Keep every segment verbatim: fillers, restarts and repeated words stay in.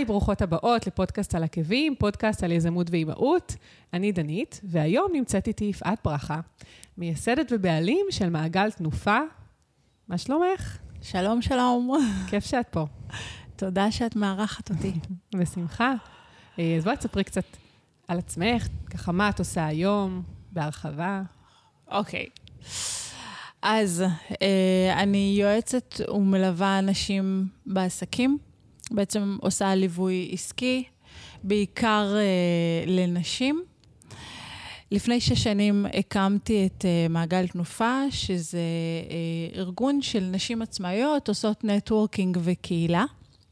היי, ברוכות הבאות לפודקאסט על עקבים, פודקאסט על יזמות ואימהות. אני דנית, והיום נמצאת איתי יפעת ברכה, מייסדת ובעלים של מעגל תנופה. מה שלומך? שלום, שלום. כיף שאת פה. תודה שאת מארחת אותי. בשמחה. אז בואי תספרי קצת על עצמך, ככה מה את עושה היום, בהרחבה. אוקיי. אז אני יועצת ומלווה אנשים בעסקים. בעצם עושה ליווי עסקי, בעיקר לנשים. לפני שש שנים הקמתי את מעגל תנופה, שזה ארגון של נשים עצמאיות, עושות נטוורקינג וקהילה.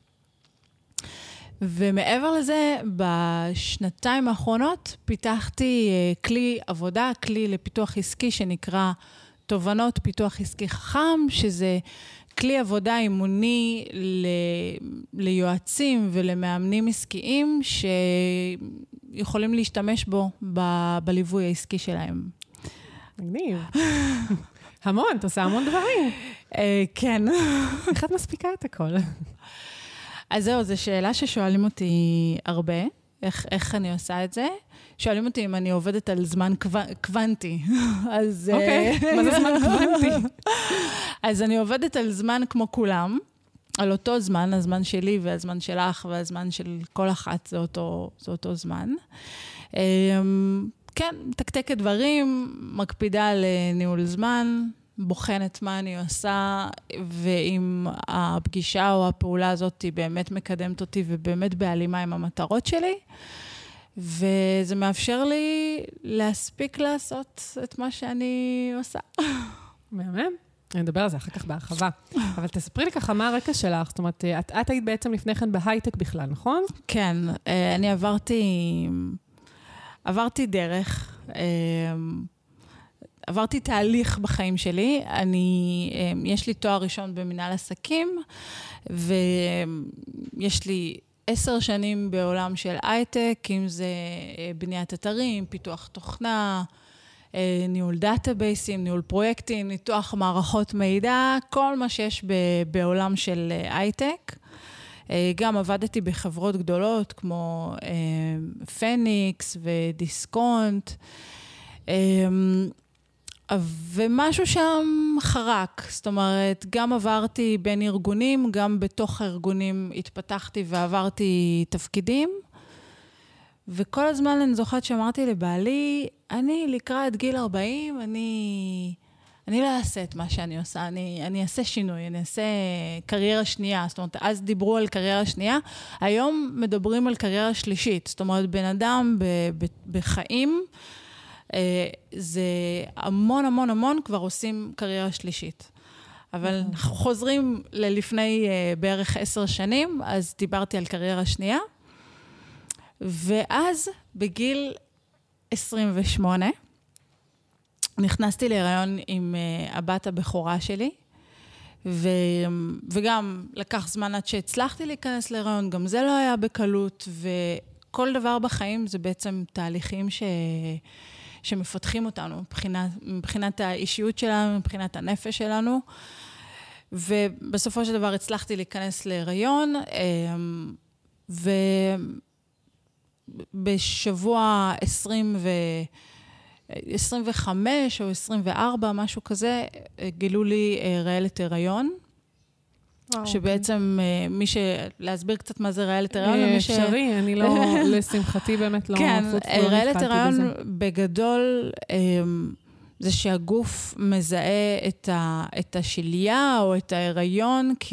ומעבר לזה, בשנתיים האחרונות פיתחתי כלי עבודה, כלי לפיתוח עסקי שנקרא תובנות פיתוח עסקי חכם, שזה כלי עבודה אימוני ל... ליועצים ולמאמנים עסקיים שיכולים להשתמש בו ב... בליווי העסקי שלהם. מגניב. המון, את עושה המון דברים. כן. איך את מספיקה את הכל? אז זהו, זו שאלה ששואלים אותי הרבה, איך, איך אני עושה את זה. שואלים אותי אם אני עובדת על זמן קוונטי. אז... אוקיי, מה זה זמן קוונטי? אז אני עובדת על זמן כמו כולם, על אותו זמן, הזמן שלי והזמן שלך והזמן של כל אחת, זה אותו, זה אותו זמן. כן, תקתקת דברים, מקפידה לניהול זמן, בוחנת מה אני עושה, ואם הפגישה או הפעולה הזאת היא באמת מקדמת אותי ובאמת בהלימה עם המטרות שלי, וזה מאפשר לי להספיק לעשות את מה שאני עושה. מהמם. אני אדבר על זה אחר כך בהרחבה. אבל תספרי לי ככה מה הרקע שלך. זאת אומרת, את, את היית בעצם לפני כן בהייטק בכלל, נכון? כן, אני עברתי, עברתי דרך, עברתי תהליך בחיים שלי. אני, יש לי תואר ראשון במנהל עסקים, ויש לי עשר שנים בעולם של הייטק, אם זה בניית אתרים, פיתוח תוכנה, ניהול דאטאבייסים, ניהול פרויקטים, ניתוח מערכות מידע, כל מה שיש בעולם של הייטק. גם עבדתי בחברות גדולות כמו פניקס ודיסקונט, ומשהו שם חרק. זאת אומרת, גם עברתי בין ארגונים, גם בתוך הארגונים התפתחתי ועברתי תפקידים, וכל הזמן אני זוכרת שאמרתי לבעלי, אני לקראת גיל ארבעים, אני, אני לא אעשה את מה שאני עושה, אני, אני אעשה שינוי, אני אעשה קריירה שנייה. זאת אומרת, אז דיברו על קריירה שנייה, היום מדברים על קריירה שלישית. זאת אומרת, בן אדם ב, ב, בחיים, זה המון המון המון כבר עושים קריירה שלישית. אבל אנחנו חוזרים ללפני בערך עשר שנים, אז דיברתי על קריירה שנייה, ואז בגיל עשרים ושמונה, נכנסתי להיריון עם הבת הבכורה שלי, ו... וגם לקח זמן עד שהצלחתי להיכנס להיריון, גם זה לא היה בקלות, וכל דבר בחיים זה בעצם תהליכים ש... שמפתחים אותנו, מבחינת, מבחינת האישיות שלנו, מבחינת הנפש שלנו, ובסופו של דבר הצלחתי להיכנס להיריון, ובשבוע עשרים וחמש או עשרים וארבע, משהו כזה, גילו לי רעלת הריון, שבעצם מי ש... להסביר קצת מה זה רעלת הריון. אפשרי, אני לא, לשמחתי באמת לא... כן, רעלת הריון בגדול זה שהגוף מזהה את השליה או את ההיריון כ...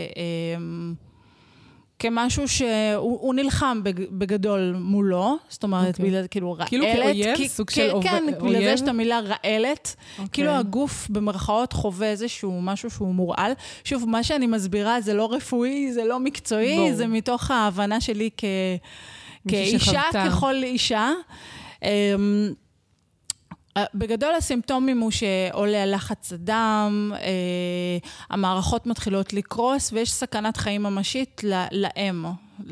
כמשהו שהוא נלחם בגדול מולו, זאת אומרת, okay. בגלל, כאילו רעלת. כאילו כאויב, כי, סוג של אויב. כן, בגלל זה יש את המילה רעלת. Okay. כאילו הגוף במרכאות חווה איזשהו משהו שהוא מורעל. שוב, מה שאני מסבירה זה לא רפואי, זה לא מקצועי, בוא. זה מתוך ההבנה שלי כ... כאישה, ככל אישה. בגדול הסימפטומים הוא שעולה לחץ הדם, המערכות מתחילות לקרוס, ויש סכנת חיים ממשית לאם.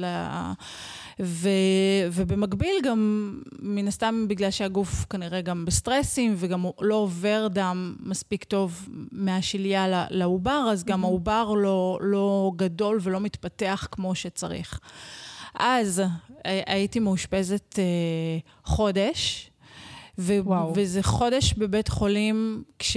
ובמקביל גם, מן הסתם בגלל שהגוף כנראה גם בסטרסים, וגם לא עובר דם מספיק טוב מהשליה לעובר, אז גם העובר לא גדול ולא מתפתח כמו שצריך. אז הייתי מאושפזת חודש, ו- וזה חודש בבית חולים, כש...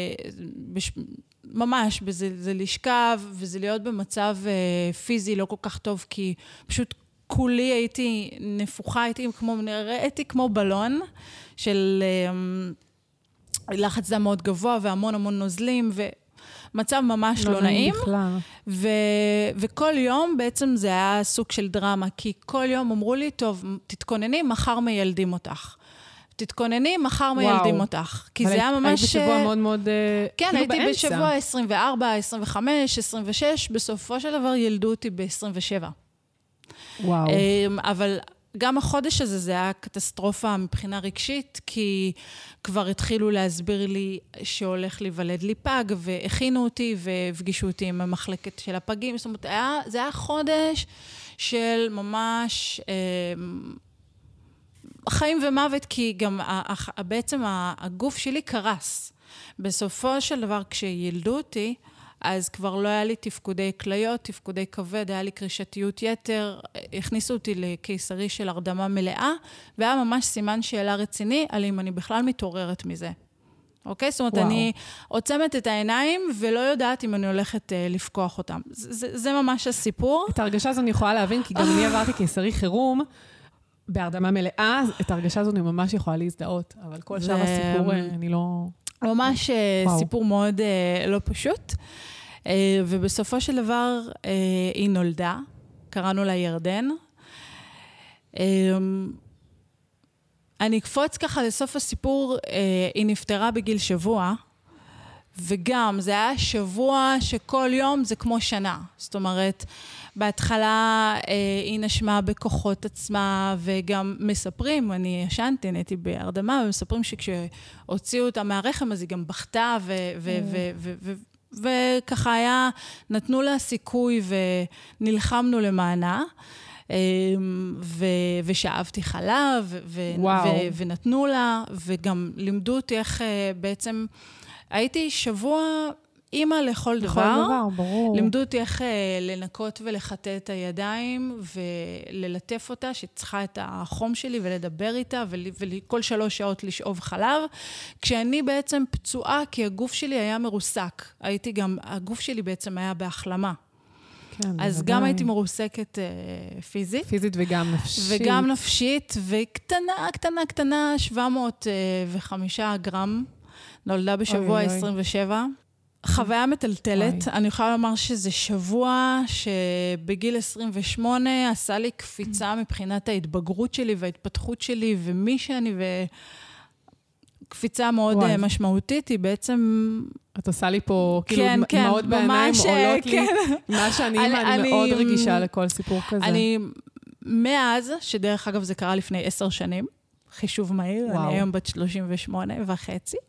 ממש, זה, זה לשכב, וזה להיות במצב פיזי לא כל כך טוב, כי פשוט כולי הייתי נפוחה, הייתי כמו, ראיתי כמו בלון של לחץ דם מאוד גבוה, והמון המון נוזלים, ומצב ממש לא, לא נעים. ו, וכל יום בעצם זה היה סוג של דרמה, כי כל יום אמרו לי, טוב, תתכונני, מחר מיילדים אותך. תתכונני, מחר מיילדים אותך. כי זה היה ממש... היית בשבוע מאוד מאוד... כן, הייתי בשבוע עשרים וארבע, עשרים וחמש, עשרים ושש, בסופו של דבר ילדו אותי ב-עשרים ושבע. וואו. אבל גם החודש הזה, זה היה קטסטרופה מבחינה רגשית, כי כבר התחילו להסביר לי שהולך להיוולד לי פג, והכינו אותי והפגישו אותי עם המחלקת של הפגים. זאת אומרת, זה היה חודש של ממש... חיים ומוות, כי גם בעצם הגוף שלי קרס. בסופו של דבר, כשילדו אותי, אז כבר לא היה לי תפקודי כליות, תפקודי כבד, היה לי קרישתיות יתר, הכניסו אותי לקיסרי של הרדמה מלאה, והיה ממש סימן שאלה רציני, על אם אני בכלל מתעוררת מזה. אוקיי? זאת אומרת, וואו. אני עוצמת את העיניים, ולא יודעת אם אני הולכת uh, לפקוח אותם. זה, זה, זה ממש הסיפור. את ההרגשה הזו אני יכולה להבין, כי גם אני עברתי קיסרי חירום, בהרדמה מלאה, את ההרגשה הזו אני ממש יכולה להזדהות, אבל כל שאר הסיפור אני לא... ממש סיפור מאוד לא פשוט, ובסופו של דבר היא נולדה, קראנו לה ירדן. אני אקפוץ ככה לסוף הסיפור, היא נפטרה בגיל שבוע, וגם זה היה שבוע שכל יום זה כמו שנה, זאת אומרת, בהתחלה אה, היא נשמה בכוחות עצמה, וגם מספרים, אני ישנתי, הייתי בהרדמה, ומספרים שכשהוציאו אותה מהרחם, אז היא גם בכתה, ו- ו- ו- ו- ו- ו- וככה היה, נתנו לה סיכוי, ונלחמנו למענה, אה, ו- ושאבתי חלב, ו- ו- ו- ונתנו לה, וגם לימדו אותי איך אה, בעצם, הייתי שבוע... אימא לכל דבר, דבר, ברור. לימדו אותי איך לנקות ולחטא את הידיים, וללטף אותה, שצריכה את החום שלי, ולדבר איתה, וכל שלוש שעות לשאוב חלב, כשאני בעצם פצועה, כי הגוף שלי היה מרוסק. הייתי גם, הגוף שלי בעצם היה בהחלמה. כן, אז בוודאי. גם הייתי מרוסקת uh, פיזית. פיזית וגם נפשית. וגם נפשית, וקטנה, קטנה, קטנה, שבע מאות וחמישה גרם, נולדה בשבוע עשרים ושבע. חוויה מטלטלת, אני יכולה לומר שזה שבוע שבגיל עשרים ושמונה עשה לי קפיצה מבחינת ההתבגרות שלי וההתפתחות שלי ומי שאני, וקפיצה מאוד משמעותית, היא בעצם... את עושה לי פה כאילו דמעות בעיניים, עולות לי, מה שאני אני מאוד רגישה לכל סיפור כזה. אני מאז, שדרך אגב זה קרה לפני עשר שנים, חישוב מהיר, אני היום בת שלושים ושמונה וחצי,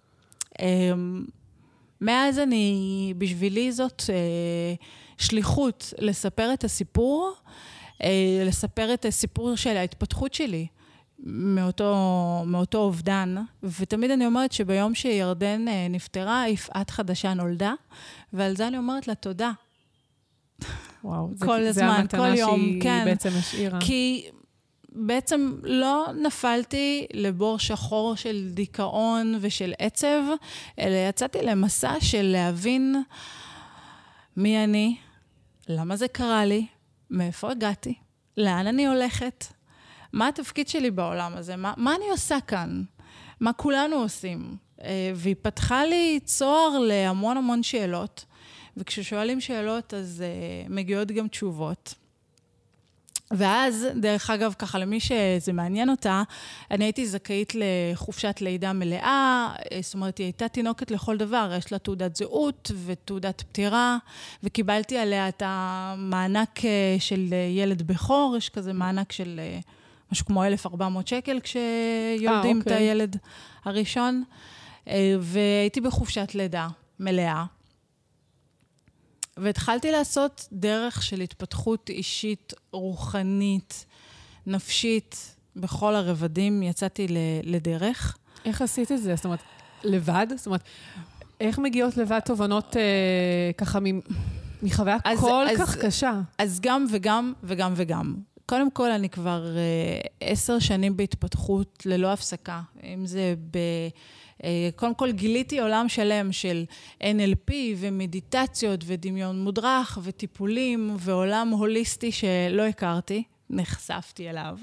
מאז אני, בשבילי זאת אה, שליחות לספר את הסיפור, אה, לספר את הסיפור של ההתפתחות שלי מאותו, מאותו אובדן, ותמיד אני אומרת שביום שירדן אה, נפטרה, יפעת חדשה נולדה, ועל זה אני אומרת לה תודה. וואו, כל זה, הזמן, זה המתנה כל יום, שהיא כן. בעצם השאירה. כי... בעצם לא נפלתי לבור שחור של דיכאון ושל עצב, אלא יצאתי למסע של להבין מי אני, למה זה קרה לי, מאיפה הגעתי, לאן אני הולכת, מה התפקיד שלי בעולם הזה, מה, מה אני עושה כאן, מה כולנו עושים. והיא פתחה לי צוהר להמון המון שאלות, וכששואלים שאלות אז מגיעות גם תשובות. ואז, דרך אגב, ככה למי שזה מעניין אותה, אני הייתי זכאית לחופשת לידה מלאה, זאת אומרת, היא הייתה תינוקת לכל דבר, יש לה תעודת זהות ותעודת פטירה, וקיבלתי עליה את המענק של ילד בכור, יש כזה מענק של משהו כמו אלף וארבע מאות שקל, כשיולדים את הילד הראשון, והייתי בחופשת לידה מלאה. והתחלתי לעשות דרך של התפתחות אישית, רוחנית, נפשית, בכל הרבדים יצאתי לדרך. איך עשית את זה? זאת אומרת, לבד? זאת אומרת, איך מגיעות לבד תובנות אה, ככה מ, מחוויה אז, כל אז, כך קשה? אז גם וגם וגם וגם. קודם כל, אני כבר עשר שנים בהתפתחות ללא הפסקה. אם זה ב... קודם כל גיליתי עולם שלם של אן אל פי ומדיטציות ודמיון מודרך וטיפולים ועולם הוליסטי שלא הכרתי, נחשפתי אליו.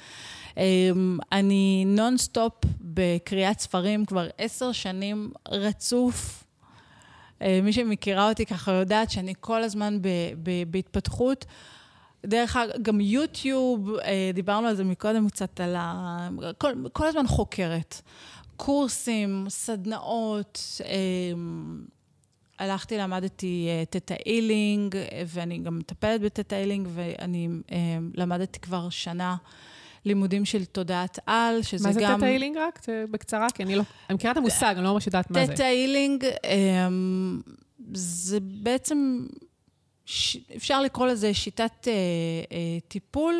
אני נונסטופ בקריאת ספרים כבר עשר שנים רצוף. מי שמכירה אותי ככה יודעת שאני כל הזמן ב, ב, בהתפתחות. דרך אגב, גם יוטיוב, דיברנו על זה מקודם קצת על ה... כל, כל הזמן חוקרת. קורסים, סדנאות, הלכתי, למדתי תטא הילינג, ואני גם מטפלת בתטא הילינג, ואני למדתי כבר שנה לימודים של תודעת על, שזה גם... מה זה תטא הילינג רק? בקצרה, כי אני לא... אני מכירה את המושג, אני לא ממש יודעת מה זה. תטא הילינג, זה בעצם, אפשר לקרוא לזה שיטת טיפול,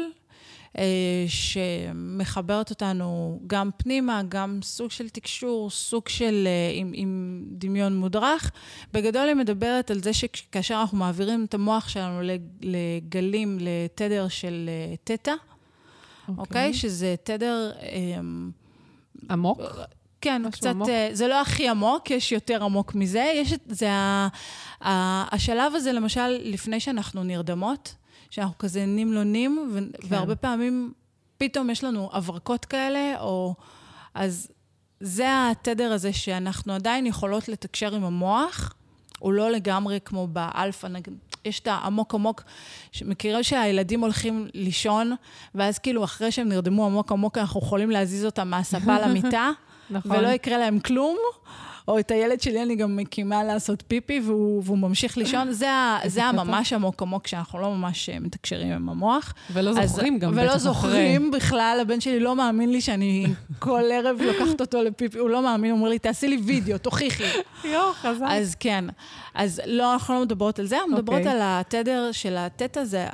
שמחברת אותנו גם פנימה, גם סוג של תקשור, סוג של עם, עם דמיון מודרך. בגדול היא מדברת על זה שכאשר אנחנו מעבירים את המוח שלנו לגלים, לתדר של תטא, אוקיי? שזה תדר... עמוק? כן, קצת, עמוק? זה לא הכי עמוק, יש יותר עמוק מזה. יש, זה ה, ה, השלב הזה, למשל, לפני שאנחנו נרדמות, שאנחנו כזה נמלונים, ו- כן. והרבה פעמים פתאום יש לנו עברקות כאלה, או... אז זה התדר הזה שאנחנו עדיין יכולות לתקשר עם המוח, הוא לא לגמרי כמו באלפא, יש את העמוק עמוק, מכירים שהילדים הולכים לישון, ואז כאילו אחרי שהם נרדמו עמוק עמוק, אנחנו יכולים להזיז אותם מהספה למיטה, נכון. ולא יקרה להם כלום, או את הילד שלי אני גם מקימה לעשות פיפי, והוא, והוא ממשיך לישון, זה, זה הממש עמוק עמוק, שאנחנו לא ממש מתקשרים עם המוח. ולא זוכרים אז, גם בטח אחרי. ולא זוכרים בכלל, הבן שלי לא מאמין לי שאני כל ערב לוקחת אותו לפיפי, הוא לא מאמין, הוא אומר לי, תעשי לי וידאו, תוכיחי. יו, חזק. אז כן, אז לא, אנחנו לא מדברות על זה, אנחנו מדברות okay. על התדר של התטא, זה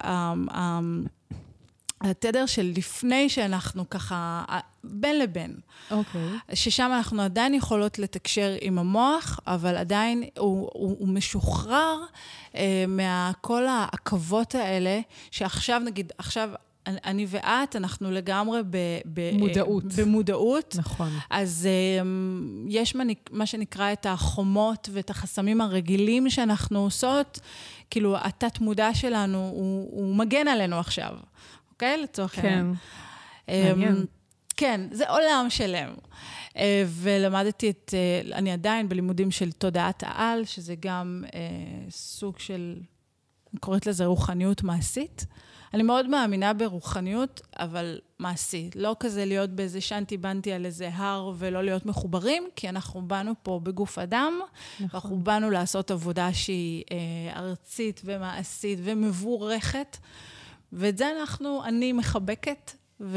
התדר של לפני שאנחנו ככה, בין לבין. אוקיי. Okay. ששם אנחנו עדיין יכולות לתקשר עם המוח, אבל עדיין הוא, הוא, הוא משוחרר אה, מהכל העכבות האלה, שעכשיו נגיד, עכשיו אני ואת, אנחנו לגמרי ב, ב, מודעות. במודעות. נכון. אז אה, יש מה, מה שנקרא את החומות ואת החסמים הרגילים שאנחנו עושות, כאילו התת מודע שלנו הוא, הוא מגן עלינו עכשיו. אוקיי? לצורך העניין. כן. מעניין. כן, זה עולם שלם. ולמדתי את, אני עדיין בלימודים של תודעת העל, שזה גם סוג של, אני קוראת לזה רוחניות מעשית. אני מאוד מאמינה ברוחניות, אבל מעשית. לא כזה להיות באיזה שנתי בנתי על איזה הר ולא להיות מחוברים, כי אנחנו באנו פה בגוף אדם, נכון. ואנחנו באנו לעשות עבודה שהיא ארצית ומעשית ומבורכת, ואת זה אנחנו, אני מחבקת, ו...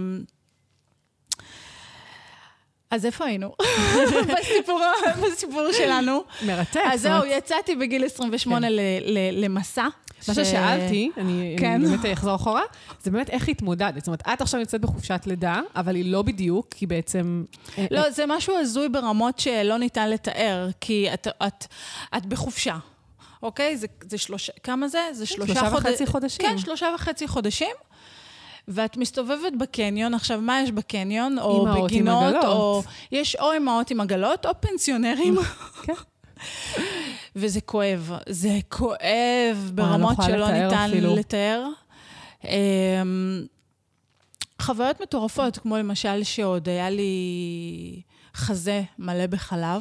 אז איפה היינו? בסיפור, בסיפור שלנו. מרתק. אז זהו, יצאתי בגיל עשרים ושמונה כן. ל, ל, למסע. מה ש... ששאלתי, אני, כן. אני באמת אחזור אחורה, זה באמת איך התמודדת. זאת אומרת, את עכשיו יוצאת בחופשת לידה, אבל היא לא בדיוק, כי בעצם... לא, זה משהו הזוי ברמות שלא ניתן לתאר, כי את, את, את בחופשה. אוקיי? זה, זה שלושה, כמה זה? זה שלושה, שלושה חוד... וחצי חודשים. כן, שלושה וחצי חודשים. ואת מסתובבת בקניון, עכשיו מה יש בקניון? או בגינות, או... יש או אמהות עם עגלות, או פנסיונרים. כן. וזה כואב. זה כואב ברמות שלא ניתן לתאר. חוויות מטורפות, כמו למשל שעוד היה לי חזה מלא בחלב.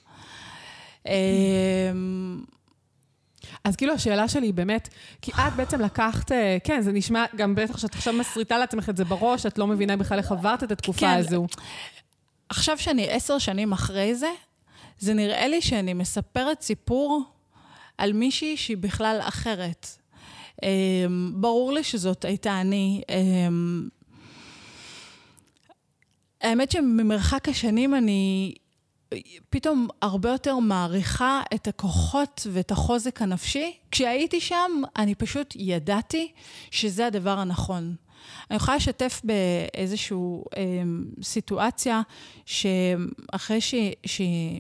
אז כאילו השאלה שלי היא באמת, כי את בעצם לקחת, כן, זה נשמע גם בטח שאת עכשיו מסריטה לעצמך את זה בראש, את לא מבינה בכלל איך עברת את התקופה כן, הזו. עכשיו שאני עשר שנים אחרי זה, זה נראה לי שאני מספרת סיפור על מישהי שהיא בכלל אחרת. ברור לי שזאת הייתה אני. האמת שממרחק השנים אני... פתאום הרבה יותר מעריכה את הכוחות ואת החוזק הנפשי. כשהייתי שם, אני פשוט ידעתי שזה הדבר הנכון. אני יכולה לשתף באיזושהי אה, סיטואציה, שאחרי ש, ש,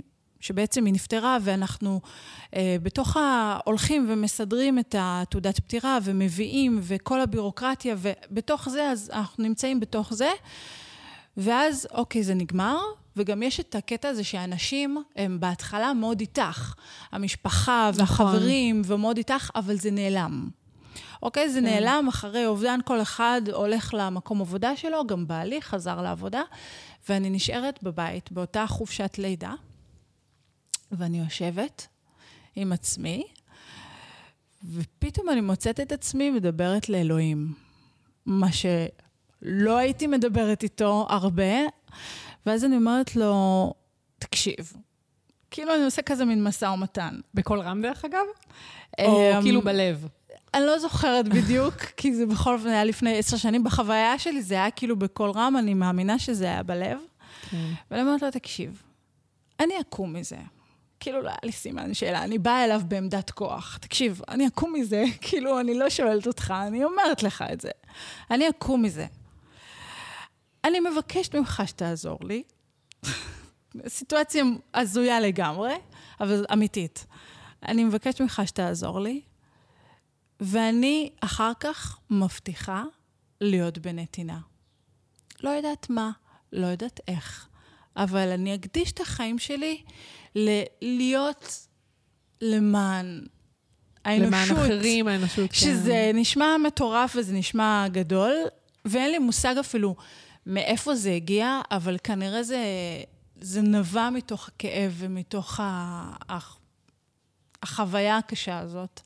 שבעצם היא נפטרה, ואנחנו אה, בתוך ההולכים ומסדרים את התעודת פטירה, ומביאים, וכל הבירוקרטיה, ובתוך זה, אז אנחנו נמצאים בתוך זה, ואז, אוקיי, זה נגמר, וגם יש את הקטע הזה שהאנשים הם בהתחלה מאוד איתך, המשפחה והחברים, ומאוד איתך, אבל זה נעלם. אוקיי, זה נעלם אחרי אובדן, כל אחד הולך למקום עבודה שלו, גם בעלי חזר לעבודה, ואני נשארת בבית באותה חופשת לידה, ואני יושבת עם עצמי, ופתאום אני מוצאת את עצמי מדברת לאלוהים, מה שלא הייתי מדברת איתו הרבה, ואז אני אומרת לו, תקשיב, כאילו אני עושה כזה מין מסע ומתן. בכל רם דרך אגב? או כאילו בלב? אני לא זוכרת בדיוק, כי זה בכל אופן היה לפני עשר שנים. בחוויה שלי זה היה כאילו בכל רם, אני מאמינה שזה היה בלב. ואני אומרת לו, תקשיב, אני אקום מזה. כאילו לא היה לי סימן שאלה, אני באה אליו בעמדת כוח. תקשיב, אני אקום מזה, כאילו אני לא שואלת אותך, אני אומרת לך את זה. אני אקום מזה. אני מבקשת ממך שתעזור לי. סיטואציה הזויה לגמרי, אבל אמיתית. אני מבקשת ממך שתעזור לי, ואני אחר כך מבטיחה להיות בנתינה. לא יודעת מה, לא יודעת איך, אבל אני אקדיש את החיים שלי להיות למען האנושות. למען אחרים, האנושות. שזה כן. נשמע מטורף וזה נשמע גדול, ואין לי מושג אפילו מאיפה זה הגיע, אבל כנראה זה, זה נבע מתוך הכאב ומתוך ה, החוויה הקשה הזאת.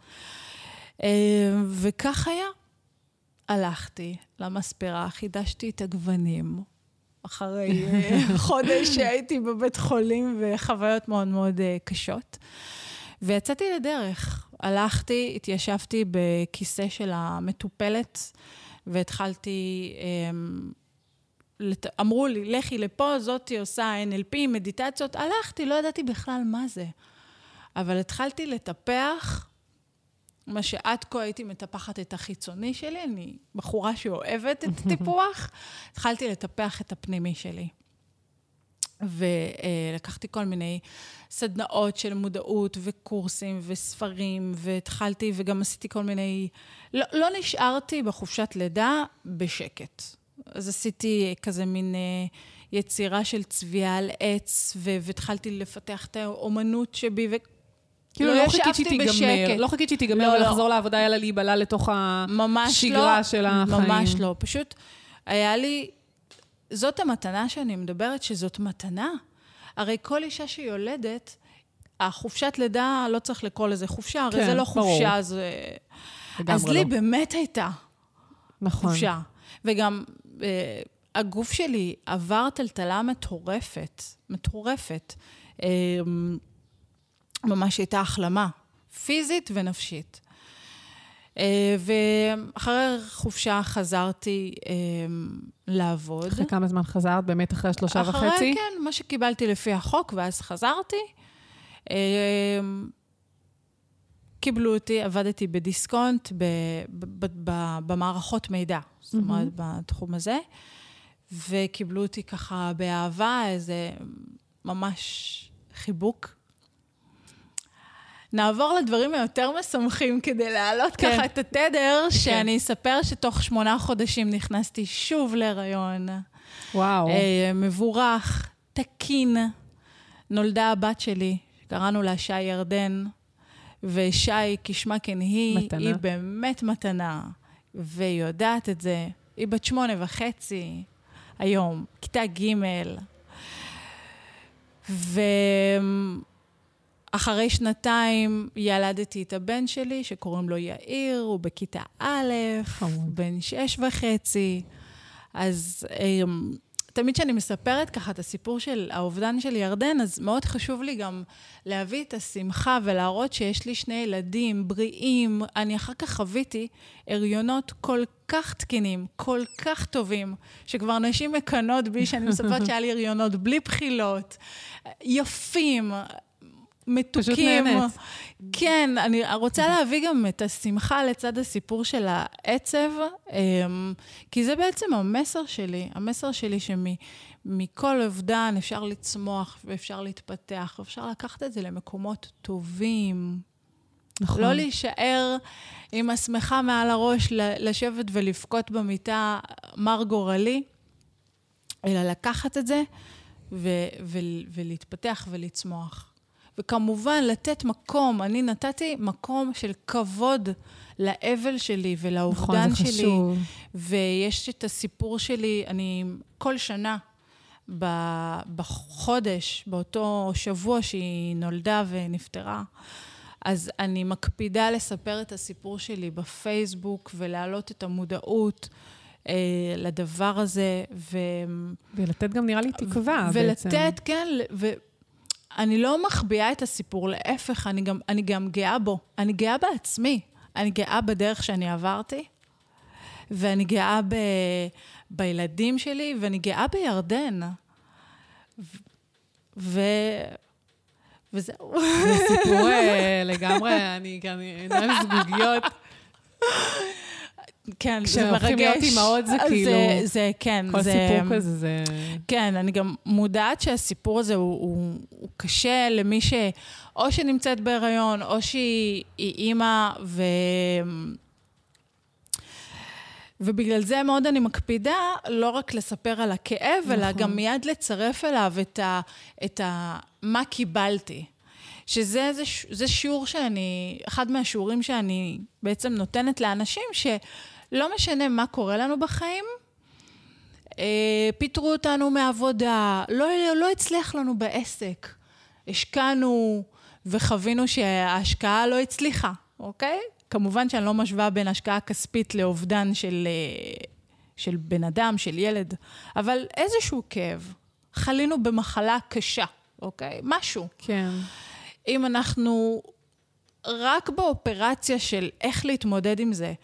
וכך היה. הלכתי למספרה, חידשתי את הגוונים, אחרי חודש שהייתי בבית חולים וחוויות מאוד מאוד קשות. ויצאתי לדרך. הלכתי, התיישבתי בכיסא של המטופלת, והתחלתי, אמרו לי, לכי לפה, זאתי עושה אן אל פי, מדיטציות. הלכתי, לא ידעתי בכלל מה זה. אבל התחלתי לטפח, מה שעד כה הייתי מטפחת את החיצוני שלי, אני בחורה שאוהבת את הטיפוח, התחלתי לטפח את הפנימי שלי. ולקחתי כל מיני סדנאות של מודעות וקורסים וספרים, והתחלתי וגם עשיתי כל מיני, לא, לא נשארתי בחופשת לידה בשקט. אז עשיתי כזה מין יצירה של צביעה על עץ, והתחלתי לפתח את האומנות שבי, ו... כאילו לא חיכית שתיגמר, לא חיכית שתיגמר ולחזור לעבודה, אלא להיבלה לתוך השגרה של החיים. ממש לא, פשוט היה לי, זאת המתנה שאני מדברת, שזאת מתנה. הרי כל אישה שיולדת, החופשת לידה, לא צריך לקרוא לזה חופשה, הרי זה לא חופשה, אז לי באמת הייתה חופשה. וגם הגוף שלי עבר טלטלה מטורפת, מטורפת. ממש הייתה החלמה, פיזית ונפשית. ואחרי חופשה חזרתי לעבוד. אחרי כמה זמן חזרת? באמת אחרי שלושה וחצי? אחרי, כן, מה שקיבלתי לפי החוק, ואז חזרתי. קיבלו אותי, עבדתי בדיסקונט, במערכות מידע, זאת אומרת, בתחום הזה. וקיבלו אותי ככה באהבה, איזה ממש חיבוק. נעבור לדברים היותר משמחים כדי להעלות כן. ככה את התדר, כן. שאני אספר שתוך שמונה חודשים נכנסתי שוב להיריון. וואו. אה, מבורך, תקין. נולדה הבת שלי, קראנו לה שי ירדן, ושי כשמה כן היא, מתנה. היא באמת מתנה, והיא יודעת את זה. היא בת שמונה וחצי היום, כיתה ג' ו... אחרי שנתיים ילדתי את הבן שלי, שקוראים לו יאיר, הוא בכיתה א', בן שש וחצי. אז תמיד שאני מספרת ככה את הסיפור של האובדן של ירדן, אז מאוד חשוב לי גם להביא את השמחה ולהראות שיש לי שני ילדים בריאים. אני אחר כך חוויתי הריונות כל כך תקינים, כל כך טובים, שכבר נשים מקנות בי, שאני מספרת שהיה לי הריונות בלי בחילות, יפים, מתוקים. פשוט נהנית. כן, אני רוצה להביא גם את השמחה לצד הסיפור של העצב, כי זה בעצם המסר שלי, המסר שלי שמכל אובדן אפשר לצמוח ואפשר להתפתח, ואפשר לקחת את זה למקומות טובים. נכון. לא להישאר עם השמחה מעל הראש, לשבת ולבכות במיטה מר גורלי, אלא לקחת את זה ו- ו- ולהתפתח ולצמוח. וכמובן, לתת מקום, אני נתתי מקום של כבוד לאבל שלי ולאובדן נכון, שלי. חשוב. ויש את הסיפור שלי, אני כל שנה, בחודש, באותו שבוע שהיא נולדה ונפטרה, אז אני מקפידה לספר את הסיפור שלי בפייסבוק, ולהעלות את המודעות אה, לדבר הזה. ו... ולתת גם נראה לי תקווה ולתת, בעצם. ולתת, כן, ו... אני לא מחביאה את הסיפור, להפך, אני גם, אני גם גאה בו. אני גאה בעצמי. אני גאה בדרך שאני עברתי, ואני גאה ב... בילדים שלי, ואני גאה בירדן. ו... ו... וזהו. זה סיפור לגמרי, אני גם עיניים זגוגיות. כן, זה מרגש. כשהופכים להיות אימהות זה כאילו... זה, זה, כן. כל זה, סיפור כזה זה... כן, אני גם מודעת שהסיפור הזה הוא, הוא, הוא קשה למי ש... או שנמצאת בהיריון, או שהיא אימא, ו... ובגלל זה מאוד אני מקפידה לא רק לספר על הכאב, נכון. אלא גם מיד לצרף אליו את ה... את ה... מה קיבלתי. שזה זה, זה שיעור שאני, אחד מהשיעורים שאני בעצם נותנת לאנשים, שלא משנה מה קורה לנו בחיים, אה, פיתרו אותנו מעבודה, לא, לא הצליח לנו בעסק, השקענו וחווינו שההשקעה לא הצליחה, אוקיי? כמובן שאני לא משווה בין השקעה כספית לאובדן של, של בן אדם, של ילד, אבל איזשהו כאב, חלינו במחלה קשה, אוקיי? משהו. כן. אם אנחנו רק באופרציה של איך להתמודד עם זה,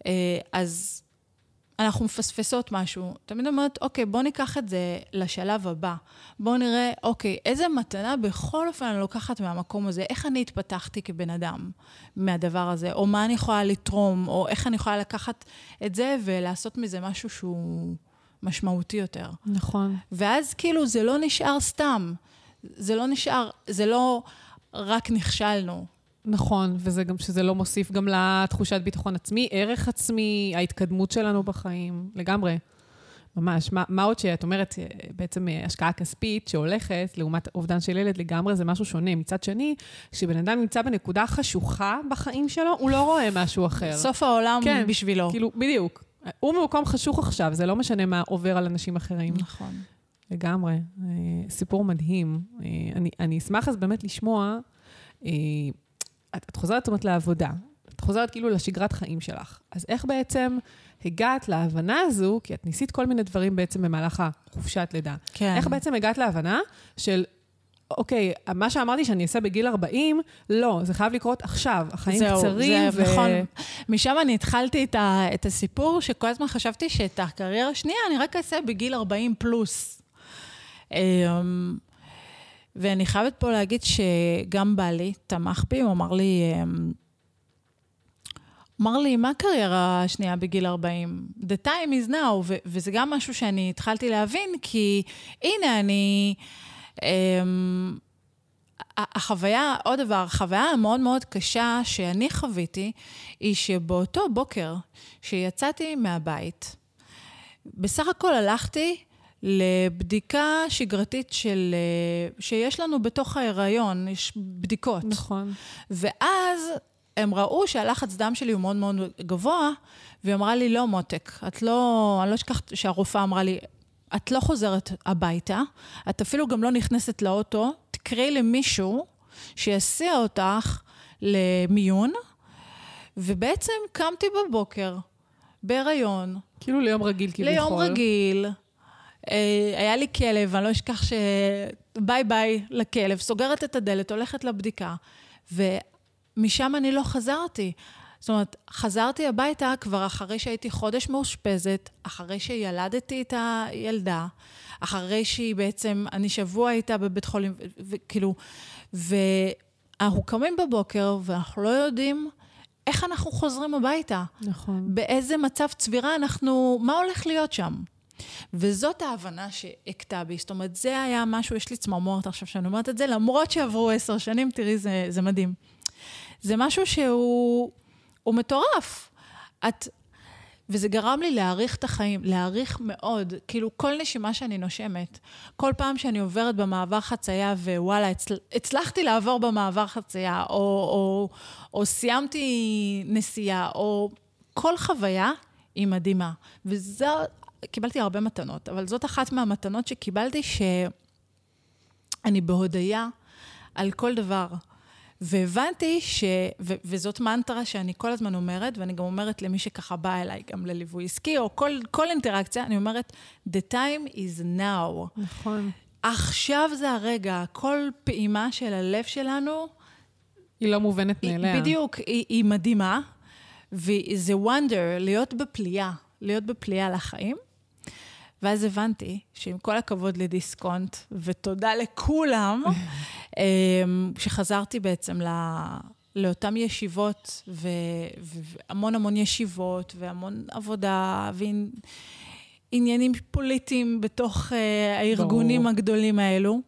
אז אנחנו מפספסות משהו. תמיד אומרת, אוקיי, בוא ניקח את זה לשלב הבא. בוא נראה, אוקיי, איזה מתנה בכל אופן אני לוקחת מהמקום הזה, איך אני התפתחתי כבן אדם מהדבר הזה, או מה אני יכולה לתרום, או איך אני יכולה לקחת את זה ולעשות מזה משהו שהוא משמעותי יותר. נכון. ואז כאילו זה לא נשאר סתם. זה לא נשאר, זה לא רק נכשלנו. נכון, וזה גם שזה לא מוסיף גם לתחושת ביטחון עצמי, ערך עצמי, ההתקדמות שלנו בחיים, לגמרי. ממש, מה, מה עוד שאת אומרת, בעצם השקעה כספית שהולכת, לעומת אובדן של ילד, לגמרי זה משהו שונה. מצד שני, כשבן אדם נמצא בנקודה חשוכה בחיים שלו, הוא לא רואה משהו אחר. סוף העולם כן, בשבילו. כאילו, בדיוק. הוא במקום חשוך עכשיו, זה לא משנה מה עובר על אנשים אחרים. נכון. לגמרי. סיפור מדהים. אני, אני אשמח אז באמת לשמוע, את, את חוזרת זאת אומרת לעבודה, את חוזרת כאילו לשגרת חיים שלך. אז איך בעצם הגעת להבנה הזו, כי את ניסית כל מיני דברים בעצם במהלך החופשת לידה. כן. איך בעצם הגעת להבנה של, אוקיי, מה שאמרתי שאני אעשה בגיל ארבעים, לא, זה חייב לקרות עכשיו. החיים זהו, קצרים. זה ו... נכון. משם אני התחלתי את, ה, את הסיפור, שכל הזמן חשבתי שאת הקריירה השנייה אני רק אעשה בגיל ארבעים פלוס. ואני חייבת פה להגיד שגם בעלי תמך בי, הוא אמר לי, אמר לי, מה הקריירה השנייה בגיל ארבעים? The time is now, ו- וזה גם משהו שאני התחלתי להבין, כי הנה אני, החוויה, עוד דבר, החוויה המאוד מאוד קשה שאני חוויתי, היא שבאותו בוקר שיצאתי מהבית, בסך הכל הלכתי, לבדיקה שגרתית של, שיש לנו בתוך ההיריון, יש בדיקות. נכון. ואז הם ראו שהלחץ דם שלי הוא מאוד מאוד גבוה, והיא אמרה לי, לא מותק, את לא, אני לא אשכח שהרופאה אמרה לי, את לא חוזרת הביתה, את אפילו גם לא נכנסת לאוטו, תקראי למישהו שיסיע אותך למיון, ובעצם קמתי בבוקר, בהיריון. כאילו ליום רגיל, כאילו ליום יכול. רגיל, היה לי כלב, אני לא אשכח שביי ביי לכלב, סוגרת את הדלת, הולכת לבדיקה, ומשם אני לא חזרתי. זאת אומרת, חזרתי הביתה כבר אחרי שהייתי חודש מאושפזת, אחרי שילדתי את הילדה, אחרי שהיא בעצם, אני שבוע הייתה בבית חולים, וכאילו, ו, אנחנו קמים בבוקר ואנחנו לא יודעים איך אנחנו חוזרים הביתה. נכון. באיזה מצב צבירה אנחנו, מה הולך להיות שם? וזאת ההבנה שהקטע בי. זאת אומרת, זה היה משהו, יש לי צמרמורת עכשיו שאני אומרת את זה, למרות שעברו עשר שנים, תראי, זה, זה מדהים. זה משהו שהוא הוא מטורף. את, וזה גרם לי להעריך את החיים, להעריך מאוד, כאילו כל נשימה שאני נושמת, כל פעם שאני עוברת במעבר חצייה, ווואלה, הצל, הצלחתי לעבור במעבר חצייה, או, או, או סיימתי נסיעה, או כל חוויה היא מדהימה. וזו, קיבלתי הרבה מתנות, אבל זאת אחת מהמתנות שקיבלתי, שאני בהודעה על כל דבר. והבנתי ש... ו... וזאת מנטרה שאני כל הזמן אומרת, ואני גם אומרת למי שככה בא אליי, גם לליווי עסקי, או כל, כל אינטראקציה, אני אומרת, the time is now. נכון. עכשיו זה הרגע, כל פעימה של הלב שלנו, היא לא מובנת מאליה. בדיוק, היא, היא מדהימה, וזה wonder, להיות בפליאה, להיות בפליאה לחיים. ואז הבנתי שעם כל הכבוד לדיסקונט, ותודה לכולם, שחזרתי בעצם לאותן ישיבות, והמון המון ישיבות, והמון עבודה, ועניינים פוליטיים בתוך הארגונים הגדולים האלו.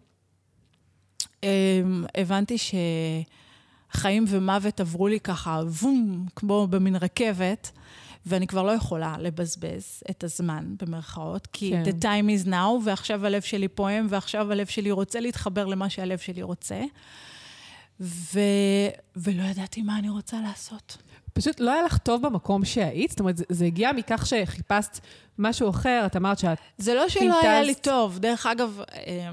הבנתי שחיים ומוות עברו לי ככה, וום, כמו במין רכבת, ואני כבר לא יכולה לבזבז את הזמן במרכאות, כי כן. the time is now, ועכשיו הלב שלי פועם, ועכשיו הלב שלי רוצה להתחבר למה שהלב שלי רוצה, ו... ולא ידעתי מה אני רוצה לעשות. פשוט לא היה לך טוב במקום שהיית? זאת אומרת, זה, זה הגיע מכך שחיפשת משהו אחר, את אמרת שאת... זה לא שלא פינטז... היה לי טוב. דרך אגב,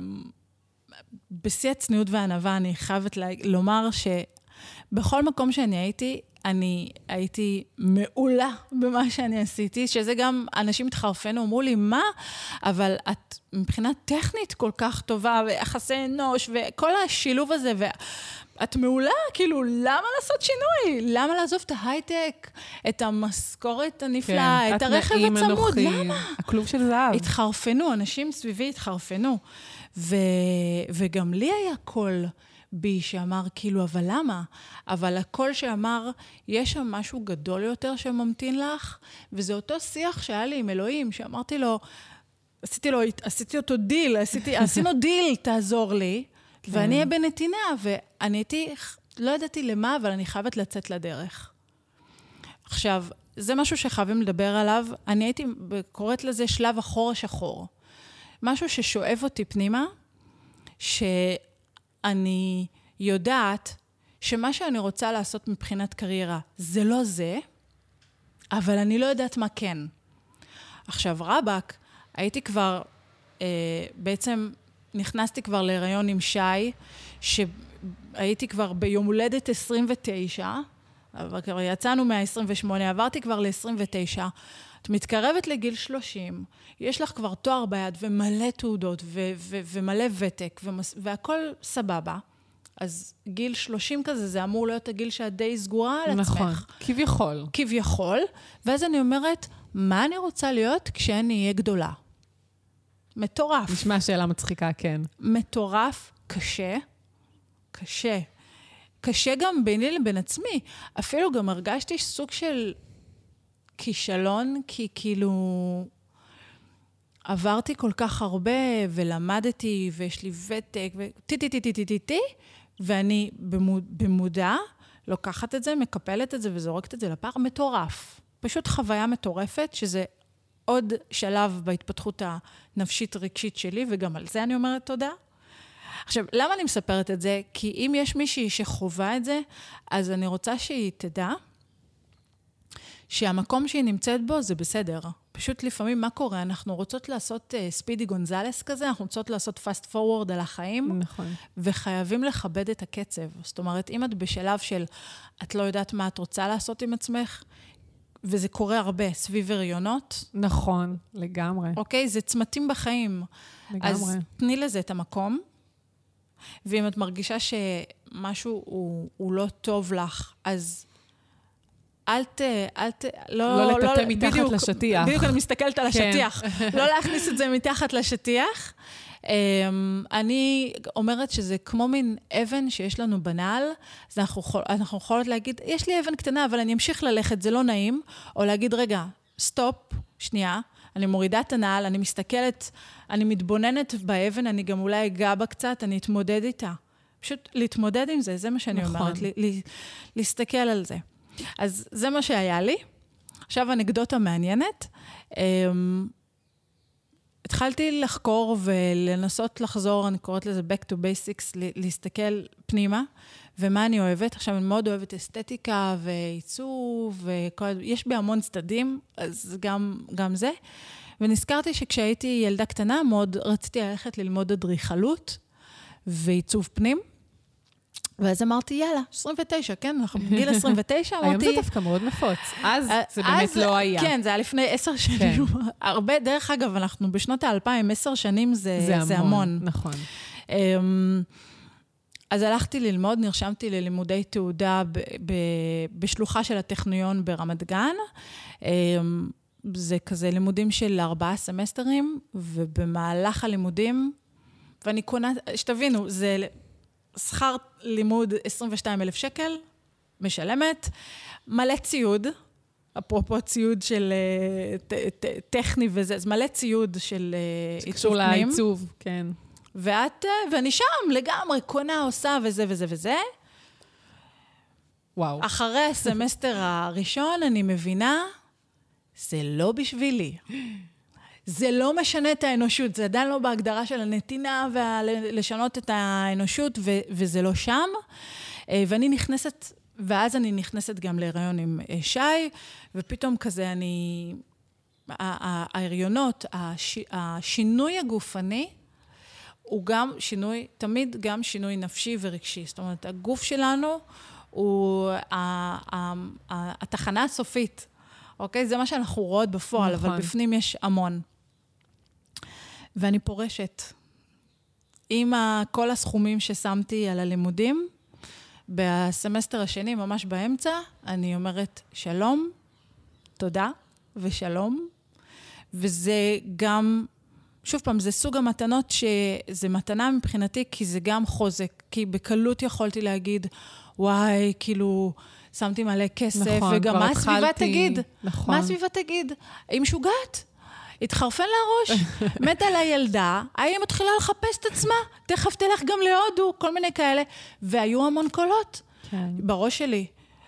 בשיא הצניעות והענווה, אני חייבת לומר שבכל מקום שאני הייתי, אני הייתי מעולה במה שאני עשיתי, שזה גם אנשים התחרפנו, אמרו לי, מה? אבל את מבחינה טכנית כל כך טובה, ויחסי אנוש, וכל השילוב הזה, ואת מעולה, כאילו, למה לעשות שינוי? למה לעזוב את ההייטק, את המשכורת הנפלאה, כן, את הרכב הצמוד? למה? הכלוב של זהב. התחרפנו, אנשים סביבי התחרפנו. ו... וגם לי היה קול בי שאמר, כאילו, אבל למה? אבל הקול שאמר, יש שם משהו גדול יותר שממתין לך, וזה אותו שיח שהיה לי עם אלוהים, שאמרתי לו, עשיתי לו, עשיתי אותו דיל, עשיתי, עשינו דיל, תעזור לי, ואני אהיה בנתינה, ואני הייתי, לא ידעתי למה, אבל אני חייבת לצאת לדרך. עכשיו, זה משהו שחייבים לדבר עליו, אני הייתי קוראת לזה שלב אחור השחור. משהו ששואב אותי פנימה, שאני יודעת שמה שאני רוצה לעשות מבחינת קריירה, זה לא זה, אבל אני לא יודעת מה כן. עכשיו, רבק, הייתי כבר, אה, בעצם נכנסתי כבר להיריון עם שי, שהייתי כבר ביום הולדת עשרים ותשע, אבל כבר יצאנו מה-עשרים ושמונה, עברתי כבר ל-עשרים ותשע, את מתקרבת לגיל שלושים, יש לך כבר תואר ביד ומלא תעודות ו- ו- ומלא ותק ומס- והכל סבבה. אז גיל שלושים כזה, זה אמור להיות הגיל שאת די סגורה על עצמך. נכון, כביכול. כביכול. ואז אני אומרת, מה אני רוצה להיות כשאני אהיה גדולה? מטורף. נשמע שאלה מצחיקה, כן. מטורף, קשה, קשה. קשה גם ביני לבין עצמי. אפילו גם הרגשתי סוג של כישלון, כי כאילו עברתי כל כך הרבה ולמדתי ויש לי ותק וטי טי טי טי טי טי טי ואני במודע לוקחת את זה, מקפלת את זה וזורקת את זה לפח. מטורף. פשוט חוויה מטורפת, שזה עוד שלב בהתפתחות הנפשית רגשית שלי, וגם על זה אני אומרת תודה. עכשיו, למה אני מספרת את זה? כי אם יש מישהי שחובה את זה, אז אני רוצה שהיא תדע שהמקום שהיא נמצאת בו זה בסדר. פשוט לפעמים מה קורה? אנחנו רוצות לעשות uh, ספידי גונזלס כזה, אנחנו רוצות לעשות פאסט פורוורד על החיים, נכון. וחייבים לכבד את הקצב. זאת אומרת, אם את בשלב של את לא יודעת מה את רוצה לעשות עם עצמך, וזה קורה הרבה סביב הריונות. נכון, לגמרי. אוקיי, זה צמתים בחיים. לגמרי. אז תני לזה את המקום, ואם את מרגישה שמשהו הוא, הוא לא טוב לך, אז אל ת... אל ת... לא, לא לטאטא מתחת בדיוק, לשטיח. בדיוק אני מסתכלת על כן. השטיח. לא להכניס את זה מתחת לשטיח, אני אומרת שזה כמו מין אבן שיש לנו בנעל, אז אנחנו, אנחנו יכולות להגיד, יש לי אבן קטנה, אבל אני אמשיך ללכת, זה לא נעים, או להגיד, רגע, סטופ, שנייה, אני מורידה את הנעל, אני מסתכלת, אני מתבוננת באבן, אני גם אולי אגע בה קצת, אני אתמודד איתה. פשוט להתמודד עם זה, זה מה שאני נכון. אומרת, ל- ל- להסתכל על זה. אז זה מה שהיה לי. עכשיו אנקדוטה מעניינת. התחלתי לחקור ולנסות לחזור, אני קוראת לזה back to basics, להסתכל פנימה, ומה אני אוהבת. עכשיו אני מאוד אוהבת אסתטיקה ועיצוב, ויש בי המון צדדים, אז גם, גם זה. ונזכרתי שכשהייתי ילדה קטנה, מאוד רציתי ללכת ללמוד אדריכלות ועיצוב פנים, ואז אמרתי, יאללה, עשרים ותשע, כן? אנחנו בגיל עשרים ותשע, אמרתי... היום זה דווקא מאוד נפוץ. אז זה באמת לא היה. כן, זה היה לפני עשר שנים. הרבה, דרך אגב, אנחנו בשנות האלפיים, עשר שנים זה המון. נכון. אז הלכתי ללמוד, נרשמתי ללימודי תעודה בשלוחה של הטכניון ברמת גן. זה כזה לימודים של ארבעה סמסטרים, ובמהלך הלימודים, ואני קונה, שתבינו, זה... שכר לימוד עשרים ושתיים אלף שקל, משלמת, מלא ציוד, אפרופו ציוד של ט, ט, טכני וזה, אז מלא ציוד של עיצוב פנים. שקשור לעיצוב, כן. ואת, ואני שם לגמרי, קונה, עושה וזה וזה וזה. וואו. אחרי הסמסטר הראשון אני מבינה, זה לא בשבילי. זה לא משנה את האנושות, זה עדיין לא בהגדרה של הנתינה ולשנות את האנושות, ו- וזה לא שם. ואני נכנסת, ואז אני נכנסת גם להיריון עם שי, ופתאום כזה אני, ההריונות, הש- השינוי הגופני, הוא גם שינוי, תמיד גם שינוי נפשי ורגשי. זאת אומרת, הגוף שלנו הוא התחנה הסופית. אוקיי? זה מה שאנחנו רואות בפועל, נכון. אבל בפנים יש המון. ואני פורשת. עם כל הסכומים ששמתי על הלימודים, בסמסטר השני, ממש באמצע, אני אומרת שלום, תודה ושלום. וזה גם, שוב פעם, זה סוג המתנות שזה מתנה מבחינתי, כי זה גם חוזק, כי בקלות יכולתי להגיד, וואי, כאילו, שמתי מלא כסף, נכון, וגם מה הסביבה תגיד? נכון. מה הסביבה תגיד? היא משוגעת? התחרפן לראש, מת על הילדה, היא מתחילה לחפש את עצמה, תכף תלך גם להודו, כל מיני כאלה, והיו המון קולות כן. בראש שלי.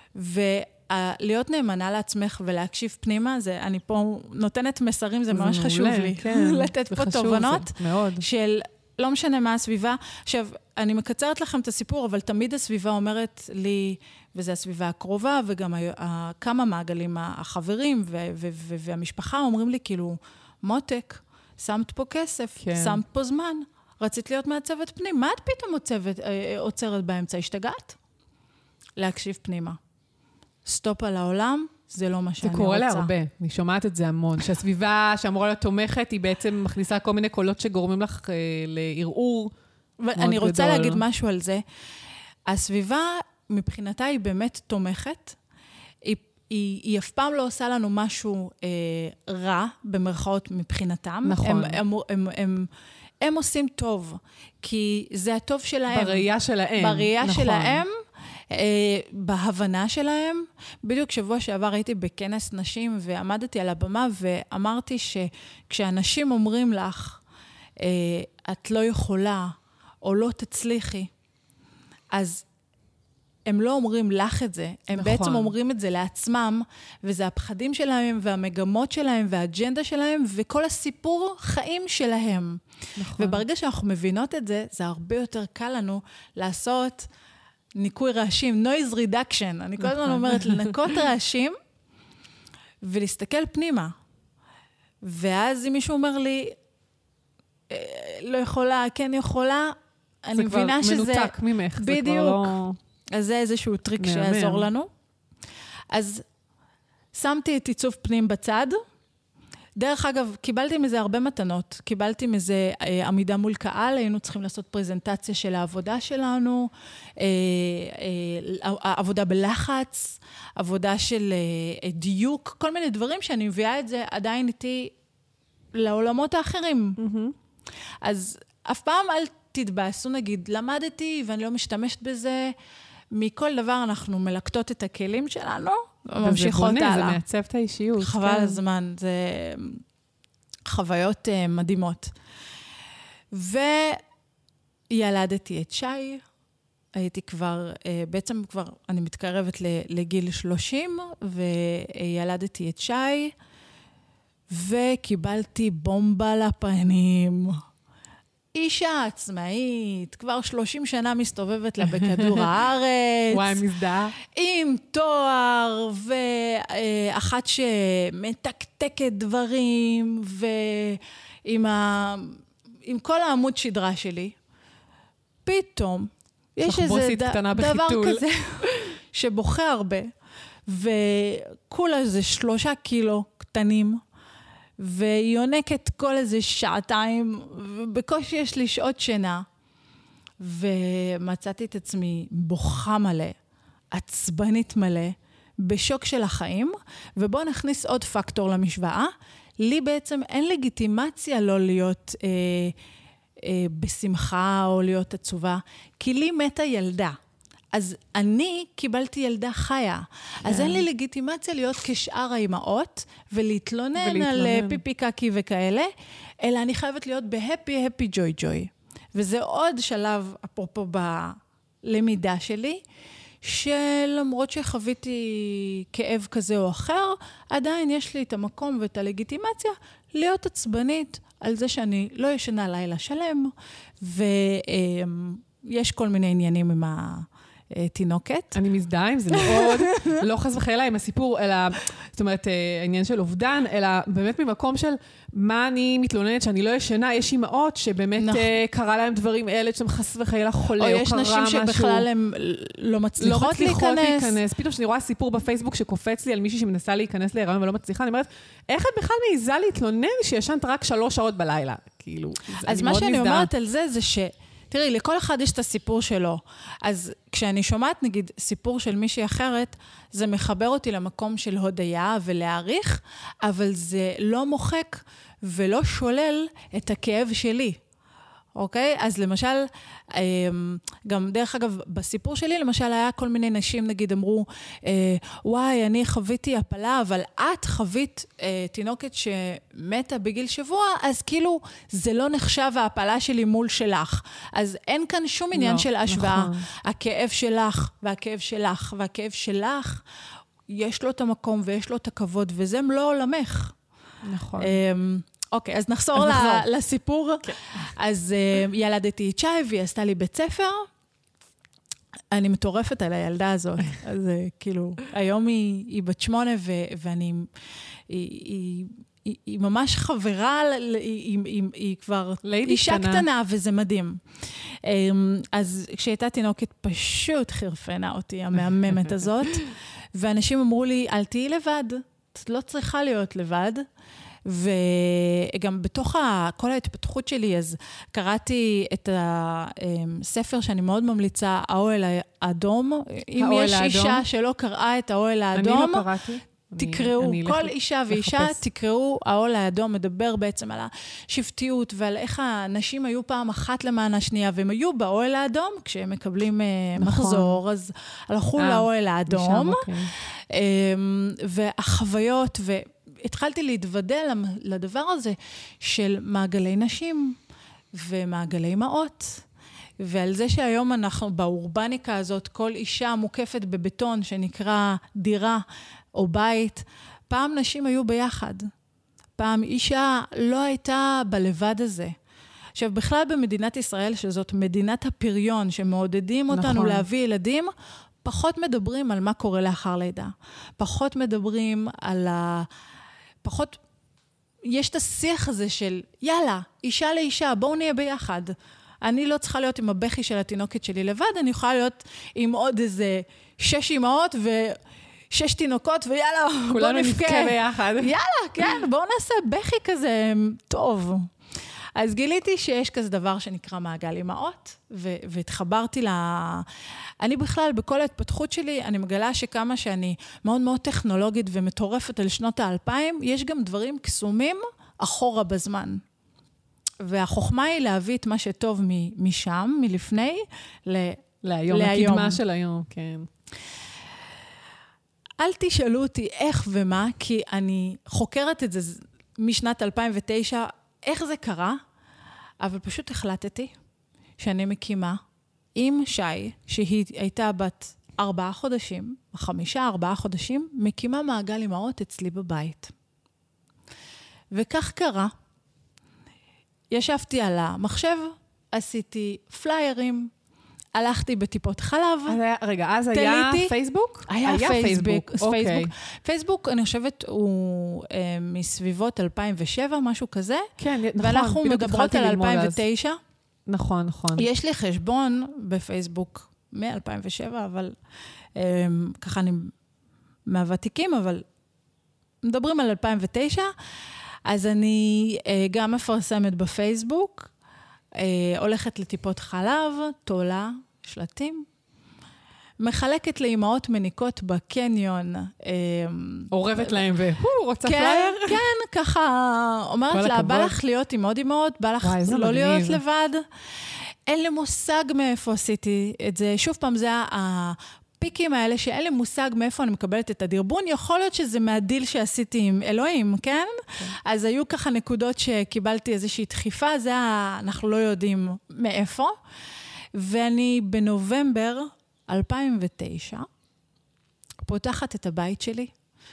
ולהיות נאמנה לעצמך ולהקשיב פנימה, זה, אני פה נותנת מסרים, זה, זה ממש מעולה, חשוב לי. כן, לתת פה חשוב, תובנות של לא משנה מה הסביבה. עכשיו, אני מקצרת לכם את הסיפור, אבל תמיד הסביבה אומרת לי, וזה הסביבה הקרובה, וגם כמה מעגלים החברים והמשפחה אומרים לי, כאילו, מותק, שמת פה כסף, כן. שמת פה זמן, רצית להיות מעצבת פנים, מה את פתאום עוצבת, עוצרת באמצע? השתגעת? להקשיב פנימה. סטופ על העולם, זה לא מה שאני רוצה. זה קורה להרבה, אני שומעת את זה המון, שהסביבה שאמורה להיות תומכת, היא בעצם מכניסה כל מיני קולות שגורמים לך לערעור מאוד גדול. אני רוצה להגיד משהו על זה. הסביבה, מבחינתה היא באמת תומכת, היא, היא, היא אף פעם לא עושה לנו משהו אה, רע, במרכאות מבחינתם. נכון. הם, הם, הם, הם, הם עושים טוב, כי זה הטוב שלהם. בראייה שלהם. בראייה נכון. שלהם, אה, בהבנה שלהם. בדיוק שבוע שעבר הייתי בכנס נשים, ועמדתי על הבמה, ואמרתי שכשאנשים אומרים לך, אה, את לא יכולה, או לא תצליחי, אז הם לא אומרים לך את זה, הם נכון. בעצם אומרים את זה לעצמם, וזה הפחדים שלהם, והמגמות שלהם, והאג'נדה שלהם, וכל הסיפור חיים שלהם. נכון. וברגע שאנחנו מבינות את זה, זה הרבה יותר קל לנו לעשות ניקוי רעשים, noise reduction. אני כל הזמן אומרת, לנקות רעשים, ולהסתכל פנימה. ואז אם מישהו אומר לי, לא יכולה, כן יכולה, אני מבינה שזה... זה כבר מנותק ממך, בדיוק. זה כבר לא... אז זה איזשהו טריק שיעזור לנו. אז שמתי את עיצוב פנים בצד. דרך אגב, קיבלתי מזה הרבה מתנות. קיבלתי מזה אה, עמידה מול קהל, היינו צריכים לעשות פרזנטציה של העבודה שלנו, אה, אה, עבודה בלחץ, עבודה של אה, דיוק, כל מיני דברים שאני מביאה את זה עדיין איתי לעולמות האחרים. Mm-hmm. אז אף פעם אל תתבאסו, נגיד, למדתי ואני לא משתמשת בזה, מכל דבר אנחנו מלקטות את הכלים שלנו, וממשיכות הלאה. וזה בונה, זה מעצב את האישיות. חבל כן. הזמן, זה חוויות uh, מדהימות. וילדתי את שי, הייתי כבר, uh, בעצם כבר, אני מתקרבת לגיל שלושים, וילדתי את שי, וקיבלתי בומבה לפנים. אישה עצמאית, כבר שלושים שנה מסתובבת לה בכדור הארץ. וואי, מזדהה. עם תואר, ואחת שמתקתקת דברים, ועם ה... עם כל העמוד שדרה שלי. פתאום, יש איזה ד... דבר כזה, שבוכה הרבה, וכולה זה שלושה קילו קטנים, והיא יונקת כל איזה שעתיים, ובקושי יש לי שעות שינה. ומצאתי את עצמי בוכה מלא, עצבנית מלא, בשוק של החיים, ובואו נכניס עוד פקטור למשוואה. לי בעצם אין לגיטימציה לא להיות אה, אה, בשמחה או להיות עצובה, כי לי מתה ילדה. אז אני קיבלתי ילדה חיה. כן. אז אין לי לגיטימציה להיות כשאר האימהות, ולהתלונן, ולהתלונן על פיפי קקי וכאלה, אלא אני חייבת להיות בהפי, הפי, ג'וי, ג'וי. וזה עוד שלב, אפרופו בלמידה שלי, שלמרות שחוויתי כאב כזה או אחר, עדיין יש לי את המקום ואת הלגיטימציה להיות עצבנית על זה שאני לא ישנה לילה שלם, ויש כל מיני עניינים עם ה... תינוקת. אני מזדהה עם זה מאוד, לא חס וחלילה עם הסיפור, אלא, זאת אומרת, העניין של אובדן, אלא באמת ממקום של מה אני מתלוננת שאני לא ישנה, יש אימהות שבאמת קרה להם דברים, ילד שם חס וחלילה חולה, או קרה משהו. או יש נשים שבכלל הן לא מצליחות להיכנס. פתאום שאני רואה סיפור בפייסבוק שקופץ לי על מישהי שמנסה להיכנס להיריון ולא מצליחה, אני אומרת, איך את בכלל מעיזה להתלונן שישנת רק שלוש שעות בלילה? כאילו, אז מה שאני אומרת על זה, זה ש... תראי, לכל אחד יש את הסיפור שלו. אז כשאני שומעת, נגיד, סיפור של מישהי אחרת, זה מחבר אותי למקום של הודיה ולהעריך, אבל זה לא מוחק ולא שולל את הכאב שלי. אוקיי? אז למשל, גם דרך אגב, בסיפור שלי, למשל, היה כל מיני נשים, נגיד, אמרו, וואי, אני חוויתי הפלה, אבל את חווית תינוקת שמתה בגיל שבוע, אז כאילו, זה לא נחשב ההפלה שלי מול שלך. אז אין כאן שום עניין של השוואה. הכאב שלך, והכאב שלך, והכאב שלך, יש לו את המקום ויש לו את הכבוד, וזה לא עולמך. נכון. אוקיי, אז נחזור לסיפור. אז ילדתי את שי, והיא עשתה לי בית ספר. אני מטורפת על הילדה הזאת. אז כאילו, היום היא בת שמונה, ואני, היא ממש חברה, היא כבר אישה קטנה, וזה מדהים. אז כשהייתה תינוקת, פשוט חרפנה אותי, המהממת הזאת, ואנשים אמרו לי, אל תהיי לבד, את לא צריכה להיות לבד, וגם בתוך כל ההתפתחות שלי, אז קראתי את הספר שאני מאוד ממליצה, האוהל האדום. אם יש אישה שלא קראה את האוהל האדום, אני לא קראתי. תקראו, כל אישה ואישה, תקראו, האוהל האדום מדבר בעצם על השבטיות, ועל איך האנשים היו פעם אחת למען השנייה, והם היו באוהל האדום, כשהם מקבלים מחזור, אז הלכו לאוהל האדום, והחוויות, ו... התחלתי להתוודע לדבר הזה של מעגלי נשים ומעגלי מעות, ועל זה שהיום אנחנו באורבניקה הזאת, כל אישה מוקפת בבטון שנקרא דירה או בית, פעם נשים היו ביחד. פעם אישה לא הייתה בלבד הזה. עכשיו, בכלל במדינת ישראל, שזאת מדינת הפריון, שמעודדים אותנו נכון. להביא ילדים, פחות מדברים על מה קורה לאחר לידה. פחות מדברים על ה... פחות, יש את השיח הזה של, יאללה, אישה לאישה, בואו נהיה ביחד. אני לא צריכה להיות עם הבכי של התינוקת שלי לבד, אני יכולה להיות עם עוד איזה שש אמהות ושש תינוקות, ויאללה, בואו נבכה. כולנו נבכה ביחד. יאללה, כן, בואו נעשה בכי כזה טוב. אז גיליתי שיש כזה דבר שנקרא מעגל אמהות, והתחברתי ל... אני בכלל, בכל ההתפתחות שלי, אני מגלה שכמה שאני מאוד מאוד טכנולוגית ומטורפת על שנות האלפיים, יש גם דברים קסומים אחורה בזמן. והחוכמה היא להביא את מה שטוב משם, מלפני, ל... להיום, להיום. לקדמה של היום, כן. אל תשאלו אותי איך ומה, כי אני חוקרת את זה משנת אלפיים ותשע, איך זה קרה, אבל פשוט החלטתי שאני מקימה עם שי, שהיא הייתה בת ארבעה חודשים, חמישה, ארבעה חודשים, מקימה מעגל אמהות אצלי בבית. וכך קרה. ישבתי על המחשב, עשיתי פליירים, הלכתי בטיפות חלב. אז היה, רגע, אז היה פייסבוק? היה, היה פייסבוק. פייסבוק. אוקיי. פייסבוק. פייסבוק, אני חושבת, הוא אה, מסביבות אלפיים ושבע, משהו כזה. כן, נכון. ואנחנו מדברות על אלפיים ותשע. נכון, נכון. יש לי חשבון בפייסבוק מ-אלפיים ושבע, אבל אה, ככה אני מהוותיקים, אבל מדברים על אלפיים ותשע. אז אני אה, גם מפרסמת בפייסבוק, אה, הולכת לטיפות חלב, תולה, שלטים, מחלקת לאימהות מניקות בקניון. אה, עורבת להם והוא רוצה כן, פלייר? כן, ככה אומרת לה, בא לך להיות עם עוד אימהות, בא לך וואי, לא להיות לבד. אין לי מושג מאיפה עשיתי את זה. שוב פעם, זה ה... פיקים האלה שאין לי מושג מאיפה אני מקבלת את הדרבון, יכול להיות שזה מהדיל שעשיתי עם אלוהים, כן? כן. אז היו ככה נקודות שקיבלתי איזושהי דחיפה, זה ה... אנחנו לא יודעים מאיפה. ואני בנובמבר אלפיים ותשע, פותחת את הבית שלי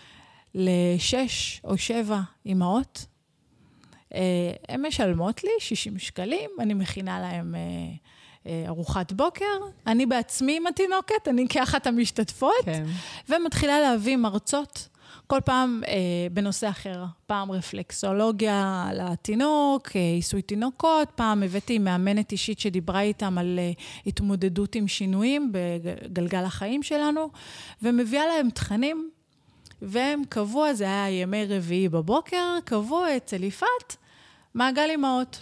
לשש או שבע אמהות. הן משלמות לי שישים שקלים, אני מכינה להם... ארוחת בוקר, אני בעצמי עם התינוקת, אני כאחת המשתתפות, כן. ומתחילה להביא מרצות, כל פעם אה, בנושא אחר, פעם רפלקסולוגיה לתינוק, אה, עיסוי תינוקות, פעם הבאתי מאמנת אישית שדיברה איתם על אה, התמודדות עם שינויים בגלגל החיים שלנו, ומביאה להם תכנים, והם קבוע, זה היה ימי רביעי בבוקר, קבוע אצל יפעת, מעגל אמהות.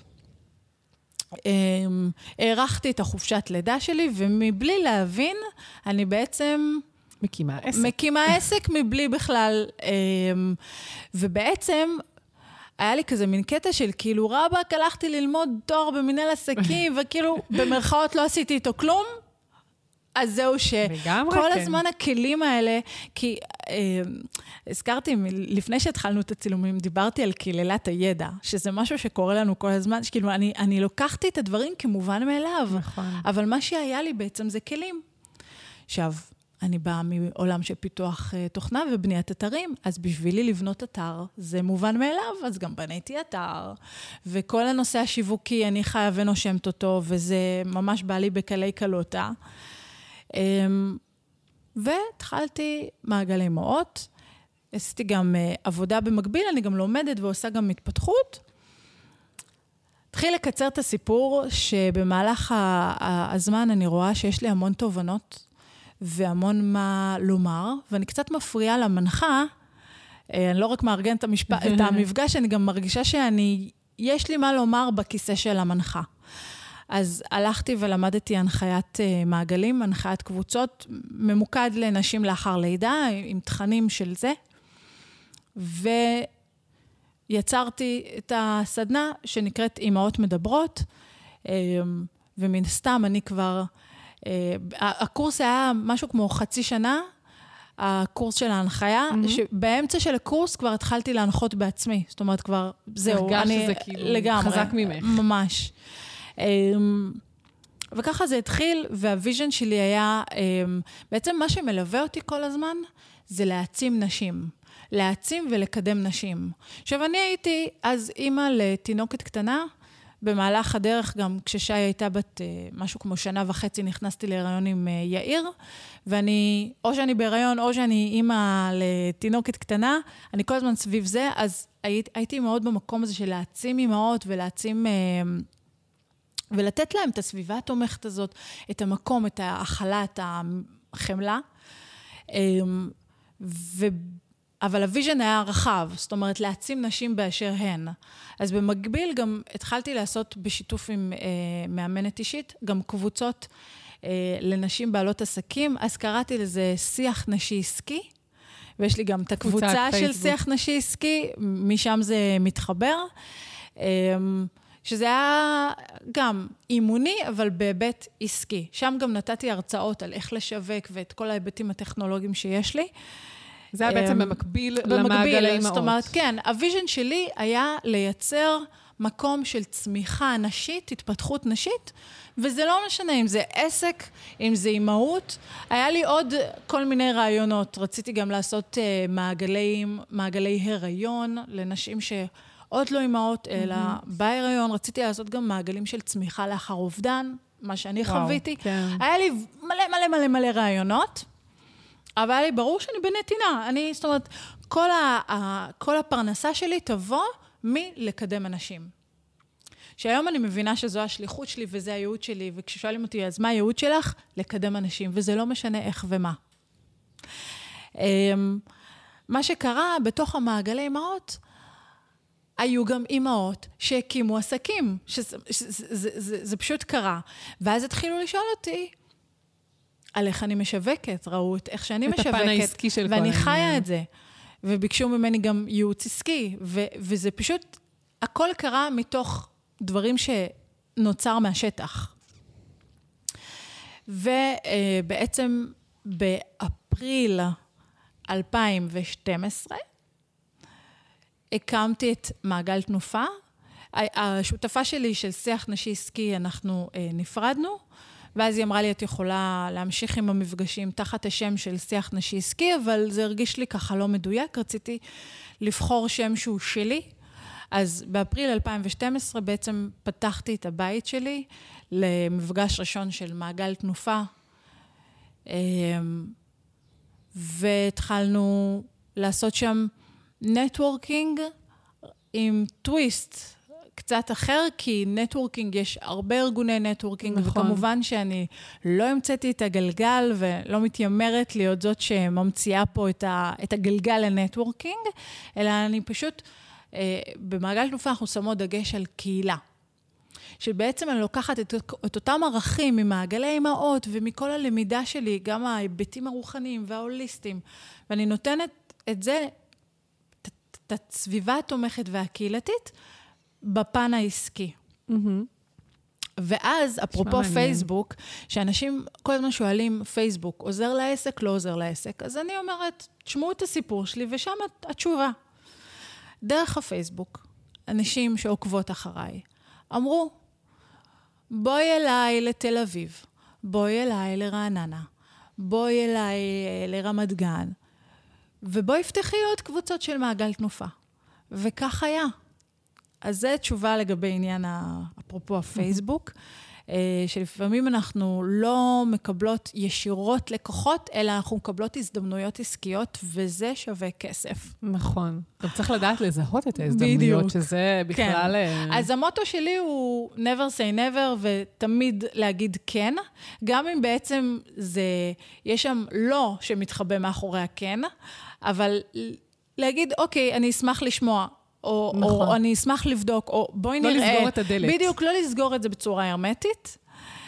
הערכתי את החופשת לידה שלי, ומבלי להבין, אני בעצם... מקימה עסק. מקימה עסק מבלי בכלל. ובעצם, היה לי כזה מין קטע של כאילו, רבק, הלכתי ללמוד תואר במנהל עסקים, וכאילו, במרכאות לא עשיתי איתו כלום. אז זהו שכל הזמן הכלים האלה, כי אה, הזכרתי, לפני שהתחלנו את הצילומים, דיברתי על קללת הידע, שזה משהו שקורה לנו כל הזמן, שכאילו אני, אני לוקחתי את הדברים כמובן מאליו, נכון. אבל מה שהיה לי בעצם זה כלים. עכשיו, אני באה מעולם של פיתוח uh, תוכנה ובניית אתרים, אז בשבילי לבנות אתר, זה מובן מאליו, אז גם בניתי אתר, וכל הנושא השיווקי, אני חיה ונושמת אותו, וזה ממש בא לי בקלי קלותה. והתחלתי מעגלי אמהות, עשיתי גם עבודה במקביל, אני גם לומדת ועושה גם התפתחות. התחיל לקצר את הסיפור שבמהלך הזמן אני רואה שיש לי המון תובנות והמון מה לומר, ואני קצת מפריעה למנחה, אני לא רק מארגן את, המשפ... את המפגש, אני גם מרגישה שאני, יש לי מה לומר בכיסא של המנחה. אז הלכתי ולמדתי הנחיית מעגלים, הנחיית קבוצות, ממוקד לנשים לאחר לידה, עם תכנים של זה, ויצרתי את הסדנה שנקראת אמהות מדברות, ומן סתם אני כבר, הקורס היה משהו כמו חצי שנה, הקורס של ההנחיה, mm-hmm. שבאמצע של הקורס כבר התחלתי להנחות בעצמי, זאת אומרת כבר, זהו, אני שזה כאילו לגמרי, חזק ממך. ממש. וככה זה התחיל, והוויז'ן שלי היה, בעצם מה שמלווה אותי כל הזמן, זה להעצים נשים. להעצים ולקדם נשים. עכשיו, אני הייתי אז אימא לתינוקת קטנה, במהלך הדרך, גם כששי הייתה בת משהו כמו שנה וחצי, נכנסתי להיריון עם יאיר, ואני, או שאני בהיריון, או שאני אימא לתינוקת קטנה, אני כל הזמן סביב זה, אז הייתי, הייתי מאוד במקום הזה של להעצים אימהות ולהעצים... ולתת להם את הסביבה התומכת הזאת, את המקום, את ההכלה, את החמלה. ו... אבל הוויז'ן היה רחב, זאת אומרת, להעצים נשים באשר הן. אז במקביל גם התחלתי לעשות בשיתוף עם אה, מאמנת אישית, גם קבוצות אה, לנשים בעלות עסקים, אז קראתי לזה שיח נשי עסקי, ויש לי גם את הקבוצה של שיח נשי עסקי, משם זה מתחבר. אה, שזה היה גם אימוני, אבל בהיבט עסקי. שם גם נתתי הרצאות על איך לשווק ואת כל ההיבטים הטכנולוגיים שיש לי. זה היה בעצם במקביל למעגל האימהות. זאת אומרת, כן, הוויז'ן שלי היה לייצר מקום של צמיחה נשית, התפתחות נשית, וזה לא משנה אם זה עסק, אם זה אימהות. היה לי עוד כל מיני רעיונות. רציתי גם לעשות מעגלי, מעגלי הריון לנשים שעוד לא אימהות, אלא בהיריון. רציתי לעשות גם מעגלים של צמיחה לאחר אובדן, מה שאני וואו, חוויתי. כן. היה לי מלא מלא מלא מלא רעיונות, אבל היה לי ברור שאני בנתינה. אני, זאת אומרת, כל, ה, כל הפרנסה שלי תבוא מלקדם אנשים. שהיום אני מבינה שזו השליחות שלי וזה הייעוד שלי, וכששואלים אותי, אז מה הייעוד שלך? לקדם אנשים, וזה לא משנה איך ומה. מה שקרה בתוך המעגלי אימהות, היו גם אימהות שהקימו עסקים, שזה, שזה, זה, זה, זה פשוט קרה. ואז התחילו לשאול אותי, על איך אני משווקת, ראו את איך שאני משווקת, הפן העסקי של ואני חיה את זה. וביקשו ממני גם ייעוץ עסקי, ו- וזה פשוט, הכל קרה מתוך דברים שנוצר מהשטח. ובעצם באפריל אלפיים ושתים עשרה, הקמתי את מעגל תנופה. השותפה שלי של שיח נשי עסקי, אנחנו נפרדנו, ואז היא אמרה לי, את יכולה להמשיך עם המפגשים תחת השם של שיח נשי עסקי, אבל זה הרגיש לי ככה לא מדויק, רציתי לבחור שם שהוא שלי. אז באפריל אלפיים ושתים עשרה בעצם פתחתי את הבית שלי למפגש ראשון של מעגל תנופה, והתחלנו לעשות שם נטוורקינג עם טוויסט, קצת אחר, כי נטוורקינג, יש הרבה ארגוני נטוורקינג, נכון. וכמובן שאני לא המצאתי את הגלגל, ולא מתיימרת להיות זאת שממציאה פה את, ה, את הגלגל לנטוורקינג, אלא אני פשוט, אה, במעגל תנופה אנחנו שמות דגש על קהילה. שבעצם אני לוקחת את, את אותם ערכים ממעגלי אימהות, ומכל הלמידה שלי, גם ההיבטים הרוחניים וההוליסטיים, ואני נותנת את זה, את, את הסביבה התומכת והקהילתית, בפן העסקי. Mm-hmm. ואז, אפרופו פייסבוק, שאנשים כל הזמן שואלים, פייסבוק עוזר לעסק, לא עוזר לעסק, אז אני אומרת, תשמעו את הסיפור שלי, ושם התשובה. דרך הפייסבוק, אנשים שעוקבות אחריי, אמרו, בואי אליי לתל אביב, בואי אליי לרעננה, בואי אליי לרמת גן, ובואי פתחי עוד קבוצות של מעגל תנופה. וכך היה. אז זו תשובה לגבי עניין, אפרופו הפייסבוק, שלפעמים אנחנו לא מקבלות ישירות לקוחות, אלא אנחנו מקבלות הזדמנויות עסקיות, וזה שווה כסף. נכון. גם צריך לדעת לזהות את ההזדמנויות, שזה בכלל... אז המוטו שלי הוא never say never, ותמיד להגיד כן, גם אם בעצם זה, יש שם לא שמתחבא מאחורי הכן, אבל להגיד, אוקיי, אני אשמח לשמוע, או, נכון. או אני אשמח לבדוק, או בואי לא נראה. לא לסגור את הדלת. בדיוק, לא לסגור את זה בצורה הרמטית.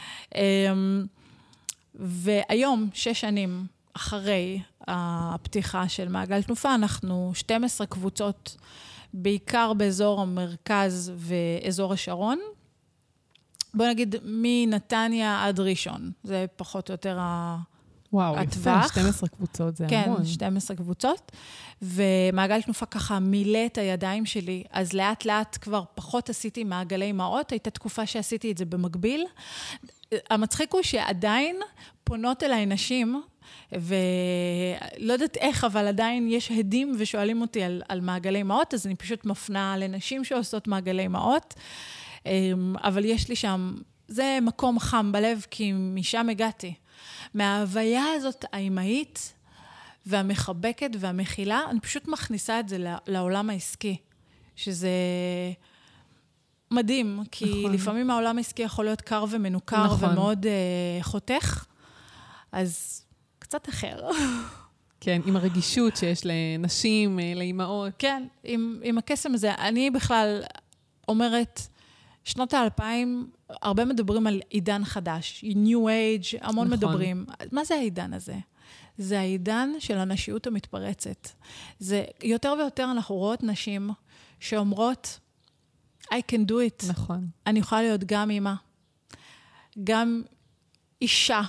והיום, שש שנים אחרי הפתיחה של מעגל תנופה, אנחנו שתים עשרה קבוצות, בעיקר באזור המרכז ואזור השרון. בוא נגיד, מנתניה עד ראשון. זה פחות או יותר ה... וואו, יפה, שתים עשרה קבוצות, זה כן, המון. כן, שתים עשרה קבוצות, ומעגל תנופה ככה מילא את הידיים שלי, אז לאט לאט כבר פחות עשיתי מעגלי אימהות, הייתה תקופה שעשיתי את זה במקביל. המצחיק הוא שעדיין פונות אליי נשים, ולא יודעת איך, אבל עדיין יש הדים ושואלים אותי על, על מעגלי אימהות, אז אני פשוט מפנה לנשים שעושות מעגלי אימהות, אבל יש לי שם, זה מקום חם בלב, כי משם הגעתי. מההוויה הזאת האימהית והמחבקת והמכילה, אני פשוט מכניסה את זה לעולם העסקי, שזה מדהים, כי נכון. לפעמים העולם העסקי יכול להיות קר ומנוכר נכון. ומאוד uh, חותך, אז קצת אחר. כן, עם הרגישות שיש לנשים, לאימהות. כן, עם, עם הקסם הזה. אני בכלל אומרת, שנות האלפיים, הרבה מדברים על עידן חדש, New Age, המון נכון. מדברים. מה זה העידן הזה? זה העידן של הנשיות המתפרצת. זה יותר ויותר אנחנו רואות נשים שאומרות, I can do it. נכון. אני יכולה להיות גם אמא, גם אישה.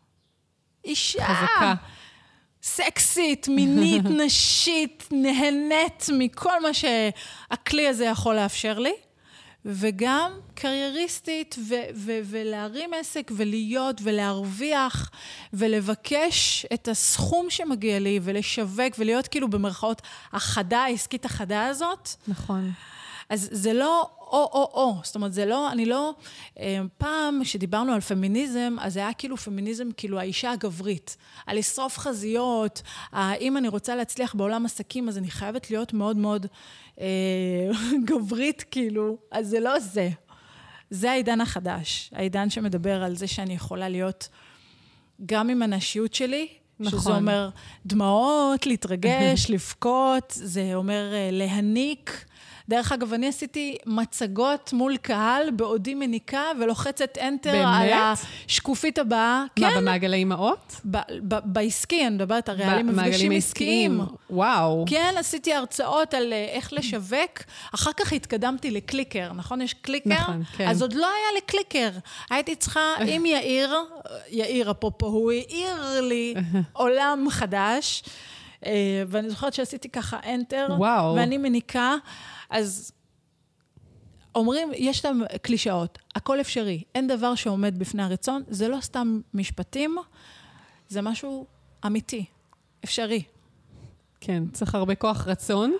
אישה. חזקה. סקסית, מינית, נשית, נהנית מכל מה שהכלי הזה יכול לאפשר לי, וגם קרייריסטית, ו- ו- ולהרים עסק, ולהיות, ולהרוויח, ולבקש את הסכום שמגיע לי, ולשווק, ולהיות כאילו במרכאות החדה, העסקית החדה הזאת. נכון. אז זה לא או-או-או, זאת אומרת, זה לא, אני לא, פעם שדיברנו על פמיניזם, אז זה היה כאילו פמיניזם, כאילו האישה הגברית, על לשרוף חזיות, אם אני רוצה להצליח בעולם עסקים, אז אני חייבת להיות מאוד מאוד אה, גברית, כאילו, אז זה לא זה. זה העידן החדש, העידן שמדבר על זה שאני יכולה להיות גם עם הנשיות שלי, נכון. שזה אומר דמעות, להתרגש, לבכות, זה אומר להניק, דרך אגב, אני עשיתי מצגות מול קהל בעודי מניקה ולוחצת אנטר על השקופית הבאה. מה, כן? במעגלי אמהות? בעסקי, אני מדברת, הרי היה לי מפגשים עסקיים. וואו. כן, עשיתי הרצאות על איך לשווק. אחר כך התקדמתי לקליקר, נכון? יש קליקר? נכון, כן. אז עוד לא היה לקליקר. הייתי צריכה, אם יאיר, יאיר אפרופו, הוא העיר לי עולם חדש, ואני זוכרת שעשיתי ככה אנטר, וואו. ואני מניקה, אז אומרים, יש להם קלישאות, הכל אפשרי, אין דבר שעומד בפני הרצון, זה לא סתם משפטים, זה משהו אמיתי, אפשרי. כן, צריך הרבה כוח רצון,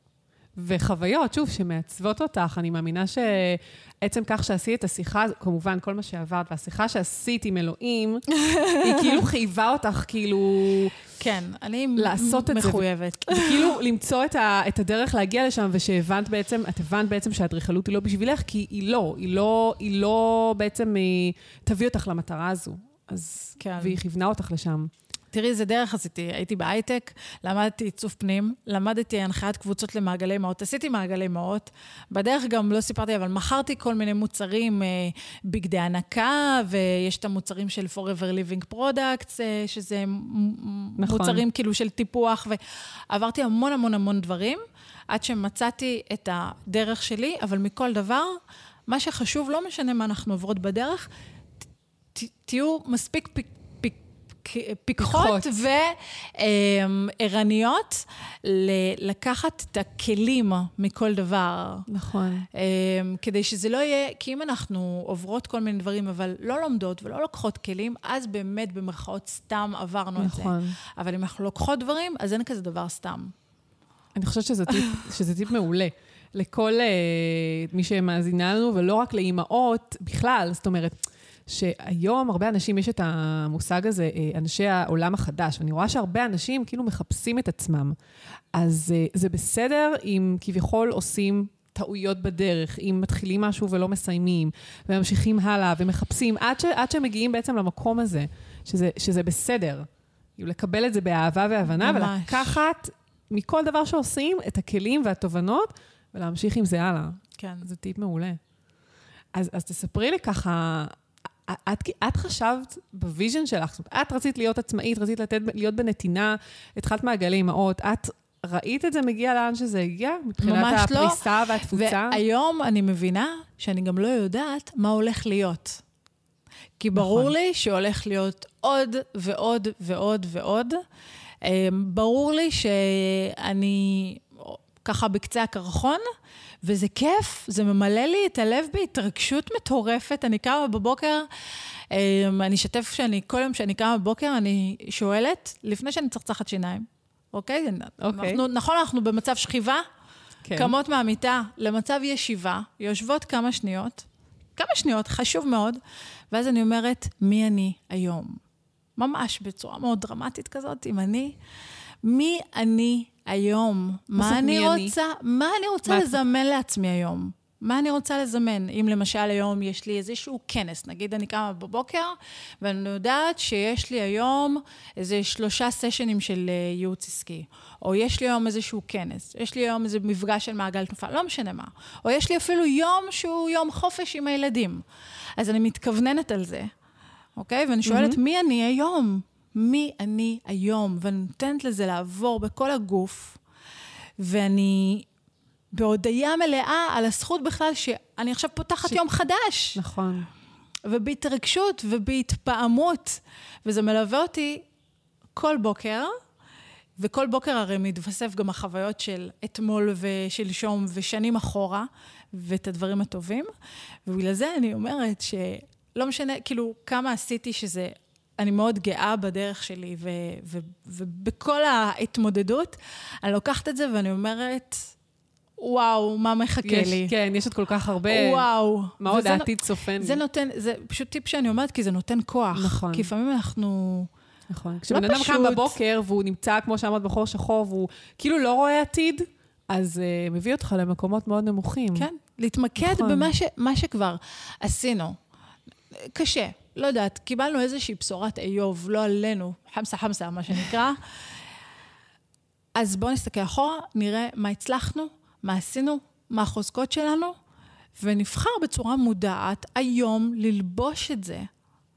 וחוויות, שוב, שמעצבות אותך. אני מאמינה שעצם כך שעשית את השיחה, כמובן, כל מה שעברת, והשיחה שעשית עם אלוהים, היא כאילו חייבה אותך, כאילו... כן, אני לעשות את מחויבת. זה. וכאילו למצוא את, ה, את הדרך להגיע לשם, ושהבנת בעצם, את הבנת בעצם שהאדריכלות היא לא בשבילך, כי היא לא, היא לא, היא לא בעצם היא, תביא אותך למטרה הזו. אז, כן. והיא כיוונה אותך לשם. תראי, איזה דרך עשיתי. הייתי בהייטק, למדתי עיצוב פנים, למדתי הנחיית קבוצות למעגלי מאות, עשיתי מעגלי מאות, בדרך גם לא סיפרתי, אבל מכרתי כל מיני מוצרים, בגדי הנקה, ויש את המוצרים של Forever Living Products, שזה נכון. מוצרים כאילו של טיפוח, ועברתי המון המון המון דברים, עד שמצאתי את הדרך שלי, אבל מכל דבר, מה שחשוב, לא משנה מה אנחנו עוברות בדרך, ת, תהיו מספיק פיק, פיקחות וערניות לקחת את הכלים מכל דבר. נכון. כדי שזה לא יהיה, כי אם אנחנו עוברות כל מיני דברים, אבל לא לומדות ולא לוקחות כלים, אז באמת במרכאות סתם עברנו את זה. נכון. אבל אם אנחנו לוקחות דברים, אז אין כזה דבר סתם. אני חושבת שזה טיפ, שזה טיפ מעולה. לכל מי שמאזינה לנו, ולא רק לאימהות בכלל, זאת אומרת, שהיום הרבה אנשים יש את המושג הזה, אנשי העולם החדש, ואני רואה שהרבה אנשים כאילו מחפשים את עצמם. אז זה בסדר אם כביכול עושים טעויות בדרך, אם מתחילים משהו ולא מסיימים, וממשיכים הלאה ומחפשים, עד, ש, עד שמגיעים בעצם למקום הזה, שזה, שזה בסדר. לקבל את זה באהבה והבנה, ממש. ולקחת מכל דבר שעושים את הכלים והתובנות, ולהמשיך עם זה הלאה. כן. זה טיפ מעולה. אז, אז תספרי לי ככה, את, את חשבת בוויז'ן שלך, את רצית להיות עצמאית, רצית לתת, להיות בנתינה, התחלת מעגלי אמהות, את ראית את זה מגיע לאן שזה הגיע? מבחינת הפריסה לא. והתפוצה? והיום אני מבינה שאני גם לא יודעת מה הולך להיות. כי ברור נכון. לי שהולך להיות עוד ועוד ועוד ועוד. ברור לי שאני ככה בקצה הקרחון, וזה כיף, זה ממלא לי את הלב בהתרגשות מטורפת. אני קמה בבוקר, אני אשתף שאני, כל יום שאני קמה בבוקר, אני שואלת, לפני שאני צחצחת שיניים, אוקיי? אוקיי. אנחנו, נכון, אנחנו במצב שכיבה, כן. קמות מהמיטה למצב ישיבה, יושבות כמה שניות, כמה שניות, חשוב מאוד, ואז אני אומרת, מי אני היום? ממש בצורה מאוד דרמטית כזאת, אם אני, מי אני היום? מה אני רוצה, מה אני רוצה לזמן לעצמי היום? מה אני רוצה לזמן? אם למשל היום יש לי איזשהו כנס, נגיד אני קמה בבוקר, ואני יודעת שיש לי היום איזה שלושה סשנים של ייעוץ עסקי, או יש לי היום איזשהו כנס, יש לי היום איזה מפגש של מעגל תנופה, לא משנה מה, או יש לי אפילו יום שהוא יום חופש עם הילדים. אז אני מתכווננת על זה, אוקיי? ואני שואלת, mm-hmm. מי אני היום? מי אני היום? ואני נותנת לזה לעבור בכל הגוף, ואני בהודעה מלאה על הזכות בכלל שאני עכשיו פותחת ש... יום חדש. נכון. ובהתרגשות ובהתפעמות. וזה מלווה אותי כל בוקר, וכל בוקר הרי מתווסף גם החוויות של אתמול ושלשום ושנים אחורה, ואת הדברים הטובים. ובגלל זה אני אומרת שלא משנה, כאילו, כמה עשיתי שזה, אני מאוד גאה בדרך שלי, ו- ו- ובכל ההתמודדות, אני לוקחת את זה ואני אומרת, וואו, מה מחכה יש, לי? כן, יש עוד כל כך הרבה. וואו. מה עוד העתיד צופן. זה נותן, זה פשוט טיפ שאני אומרת, כי זה נותן כוח. נכון. כי לפעמים אנחנו... נכון. כשבן אדם קם בבוקר, והוא נמצא, כמו שאמרת, בחור שחור, והוא כאילו לא רואה עתיד, אז uh, מביא אותך למקומות מאוד נמוכים. כן, להתמקד נכון. במה ש, מה שכבר עשינו. קשה, לא יודעת, קיבלנו איזושהי בשורת איוב, לא עלינו, חמסה חמסה, מה שנקרא. אז בואו נסתכל אחורה, נראה מה הצלחנו, מה עשינו, מה החוזקות שלנו, ונבחר בצורה מודעת היום ללבוש את זה.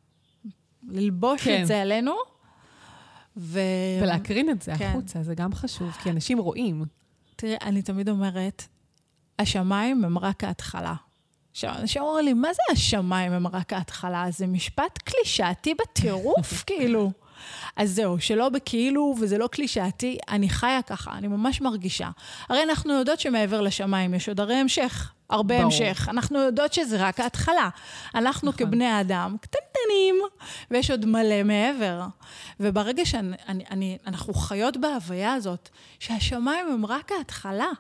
ללבוש כן. את זה עלינו. ו... ולהקרין את זה כן. החוצה, זה גם חשוב, כי אנשים רואים. תראי, אני תמיד אומרת, השמיים הם רק ההתחלה. עכשיו, אנשים אומרים לי, מה זה השמיים הם רק ההתחלה? זה משפט קלישאתי בטירוף, כאילו. אז זהו, שלא בכאילו, וזה לא קלישאתי, אני חיה ככה, אני ממש מרגישה. הרי אנחנו יודעות שמעבר לשמיים יש עוד הרי המשך, הרבה ברור. המשך. אנחנו יודעות שזה רק ההתחלה. אנחנו נכון. כבני האדם, קטנטנים, ויש עוד מלא מעבר. וברגע שאנחנו חיות בהוויה הזאת, שהשמיים הם רק ההתחלה,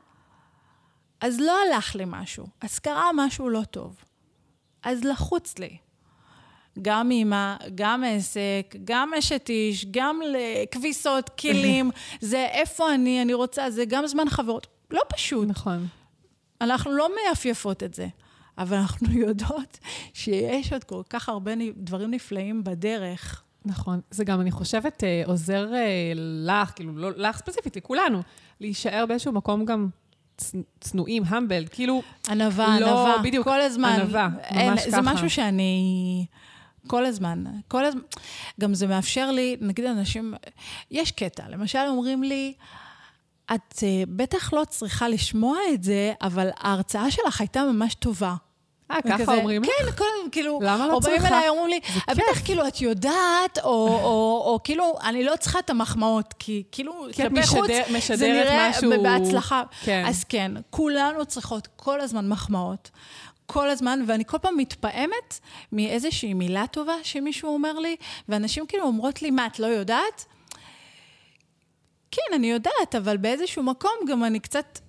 אז לא הלך לי משהו, אז קרה משהו לא טוב. אז לחוץ לי. גם אמא, גם עסק, גם אשת איש, גם לכביסות, כלים, זה איפה אני, אני רוצה, זה גם זמן חברות. לא פשוט. נכון. אנחנו לא מייפייפות את זה, אבל אנחנו יודעות שיש עוד כל כך הרבה דברים נפלאים בדרך. נכון. זה גם, אני חושבת, עוזר לך, כאילו, לא לך ספציפית, לכולנו, להישאר באיזשהו מקום גם צנועים, המבל, כאילו... ענווה, לא, ענווה. בדיוק, כל הזמן. ענווה, ממש ככה. זה משהו שאני... כל הזמן, כל הזמן, גם זה מאפשר לי, נגיד אנשים, יש קטע, למשל אומרים לי, את uh, בטח לא צריכה לשמוע את זה, אבל ההרצאה שלך הייתה ממש טובה. אה, ככה אומרים לך? כן, כל, כאילו, למה לא צריכה? או באים אליי, אומרים לי, בטח כאילו את יודעת, או, או, או כאילו, אני לא צריכה את המחמאות, כי כאילו, כלפי חוץ, זה נראה בהצלחה. כן. אז כן, כולנו צריכות כל הזמן מחמאות, כל הזמן, ואני כל פעם מתפעמת מאיזושהי מילה טובה שמישהו אומר לי, ואנשים כאילו אומרות לי, מה, את לא יודעת? כן, אני יודעת, אבל באיזשהו מקום גם אני קצת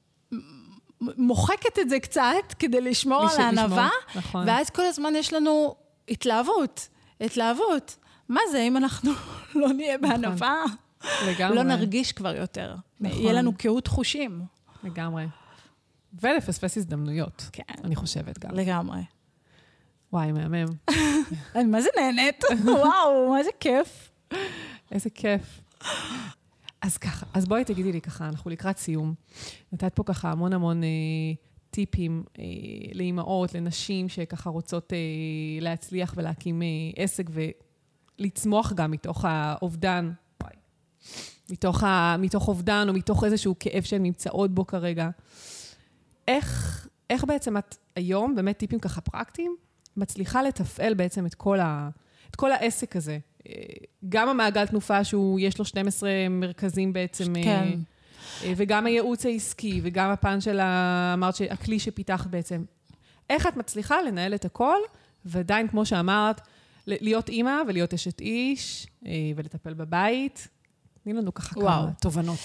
מוחקת את זה קצת, כדי לשמור על הענווה, נכון. ואז כל הזמן יש לנו התלהבות, התלהבות. מה זה, אם אנחנו לא נהיה בענווה? לגמרי. לא נרגיש כבר יותר. נכון. יהיה לנו קהות חושים. לגמרי. ולפספס הזדמנויות, כן. אני חושבת גם. לגמרי. וואי, מהמם. אני מה זה נהנית? וואו, מה זה כיף. איזה כיף. אז ככה, אז בואי תגידי לי ככה, אנחנו לקראת סיום. נתת פה ככה המון המון אה, טיפים אה, לאימהות, לנשים שככה רוצות אה, להצליח ולהקים אה, עסק ולצמוח גם מתוך האובדן. וואי. מתוך, ה, מתוך אובדן או מתוך איזשהו כאב שהן נמצאות בו כרגע. איך, איך בעצם את היום, באמת טיפים ככה פרקטיים, מצליחה לתפעל בעצם את כל, ה, את כל העסק הזה? גם המעגל תנופה שהוא, יש לו שנים עשר מרכזים בעצם, כן. וגם הייעוץ העסקי, וגם הפן של אמרת שהכלי שפיתחת בעצם. איך את מצליחה לנהל את הכל, ועדיין, כמו שאמרת, להיות אימא ולהיות אשת איש, ולטפל בבית? תני לנו ככה כמה תובנות.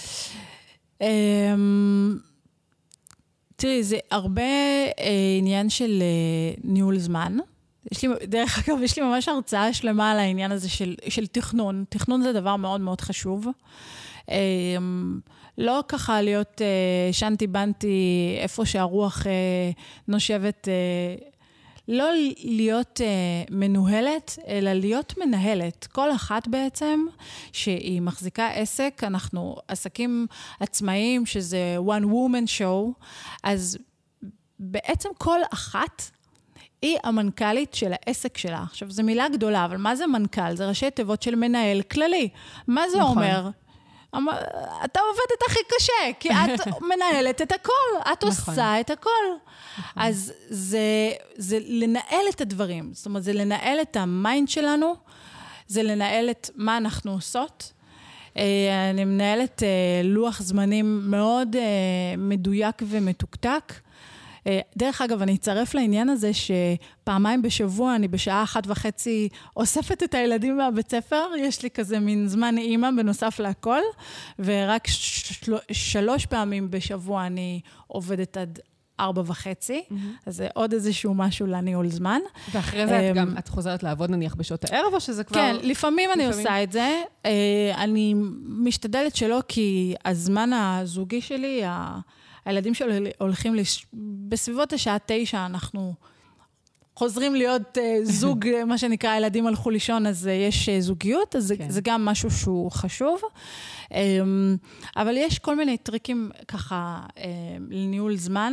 תראי, זה הרבה עניין של ניהול זמן. יש לי, דרך אגב, יש לי ממש הרצאה שלמה על העניין הזה של, של תכנון. תכנון זה דבר מאוד מאוד חשוב. לא ככה להיות שנתי בנתי, איפה שהרוח נושבת, לא להיות מנוהלת, אלא להיות מנהלת. כל אחת בעצם, שהיא מחזיקה עסק, אנחנו עסקים עצמאיים, שזה one woman show, אז בעצם כל אחת, היא המנכ"לית של העסק שלה. עכשיו, זו מילה גדולה, אבל מה זה מנכ"ל? זה ראשי תיבות של מנהל כללי. מה זה נכון. אומר? אתה עובדת הכי קשה, כי את מנהלת את הכל, את עושה את הכל. אז זה, זה לנהל את הדברים, זאת אומרת, זה לנהל את המיינד שלנו, זה לנהל את מה אנחנו עושות. אני מנהלת לוח זמנים מאוד מדויק ומתוקתק. דרך אגב, אני אצרף לעניין הזה שפעמיים בשבוע אני בשעה אחת וחצי אוספת את הילדים מהבית ספר, יש לי כזה מין זמן אימא בנוסף להכל, ורק של... שלוש פעמים בשבוע אני עובדת עד ארבע וחצי, mm-hmm. אז זה עוד איזשהו משהו לניהול זמן. ואחרי זה את גם, את חוזרת לעבוד נניח בשעות הערב, או שזה כבר... כן, לפעמים, לפעמים אני עושה את זה. אני משתדלת שלא, כי הזמן הזוגי שלי, הילדים שלי הולכים לש... בסביבות השעה תשע, אנחנו חוזרים להיות זוג, מה שנקרא, הילדים הלכו לישון, אז יש זוגיות, אז כן. זה גם משהו שהוא חשוב. אבל יש כל מיני טריקים ככה לניהול זמן.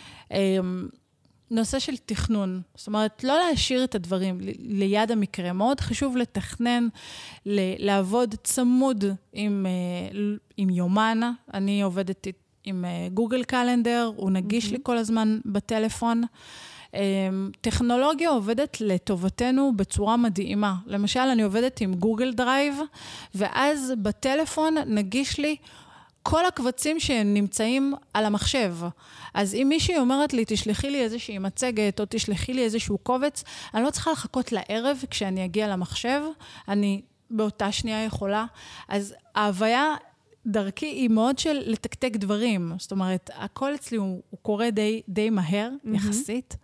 נושא של תכנון, זאת אומרת, לא להשאיר את הדברים ליד המקרה. מאוד חשוב לתכנן, לעבוד צמוד עם, עם יומן. אני עובדת עם גוגל קלנדר, הוא נגיש לי כל הזמן בטלפון. טכנולוגיה עובדת לטובתנו בצורה מדהימה. למשל, אני עובדת עם גוגל דרייב, ואז בטלפון נגיש לי כל הקבצים שנמצאים על המחשב. אז אם מישהי אומרת לי, תשלחי לי איזושהי מצגת, או תשלחי לי איזשהו קובץ, אני לא צריכה לחכות לערב כשאני אגיע למחשב, אני באותה שנייה יכולה. אז ההוויה דרכי היא מאוד של לתקתק דברים. זאת אומרת, הכל אצלי הוא, הוא קורה די, די מהר, mm-hmm. יחסית.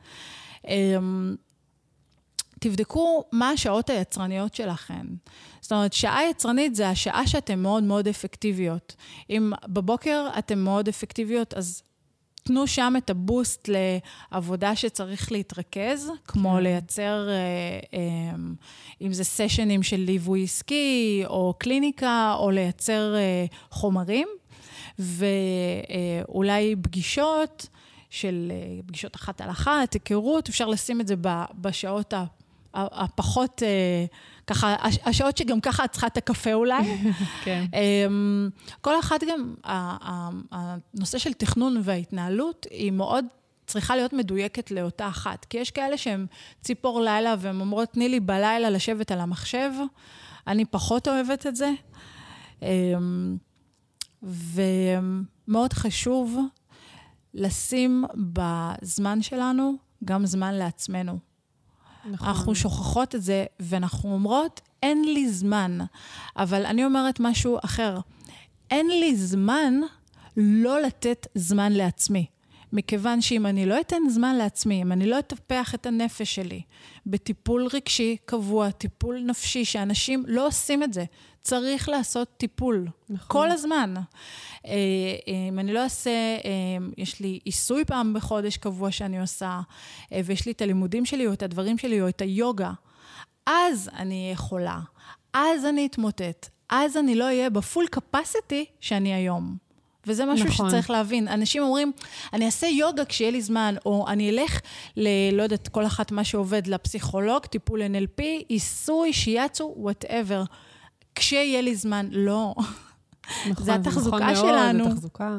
תבדקו מה השעות היצרניות שלכם. זאת אומרת, שעה יצרנית זה השעה שאתן מאוד מאוד אפקטיביות. אם בבוקר אתן מאוד אפקטיביות, אז תנו שם את הבוסט לעבודה שצריך להתרכז, כמו כן. לייצר, אם זה סשנים של ליווי עסקי, או קליניקה, או לייצר חומרים, ואולי פגישות של פגישות אחת על אחת, היכרות, אפשר לשים את זה בשעות הפחות, ככה, השעות שגם ככה את צריכה את הקפה אולי. כן. כל אחד גם, הנושא של תכנון וההתנהלות היא מאוד צריכה להיות מדויקת לאותה אחת. כי יש כאלה שהם ציפור לילה והם אומרות, תני לי בלילה לשבת על המחשב. אני פחות אוהבת את זה. ומאוד חשוב לשים בזמן שלנו גם זמן לעצמנו. נכון. אנחנו שוכחות את זה, ואנחנו אומרות, אין לי זמן. אבל אני אומרת משהו אחר. אין לי זמן לא לתת זמן לעצמי. מכיוון שאם אני לא אתן זמן לעצמי, אם אני לא אטפח את הנפש שלי, בטיפול רגשי קבוע, טיפול נפשי, שאנשים לא עושים את זה, צריך לעשות טיפול. נכון. כל הזמן. אם אני לא אעשה, יש לי עיסוי פעם בחודש קבוע שאני עושה, ויש לי את הלימודים שלי, או את הדברים שלי, או את היוגה, אז אני יכולה, אז אני אתמוטט, אז אני לא אהיה בפול קפסיטי שאני היום. וזה משהו נכון. שצריך להבין. אנשים אומרים, אני אעשה יוגה כשיהיה לי זמן, או אני אלך ל... לא יודעת, כל אחת מה שעובד, לפסיכולוג, טיפול אן אל פי, עיסוי, שיאצו, whatever. כשיהיה לי זמן, לא. נכון, זה התחזוקה נכון שלנו. מאוד, זה תחזוקה.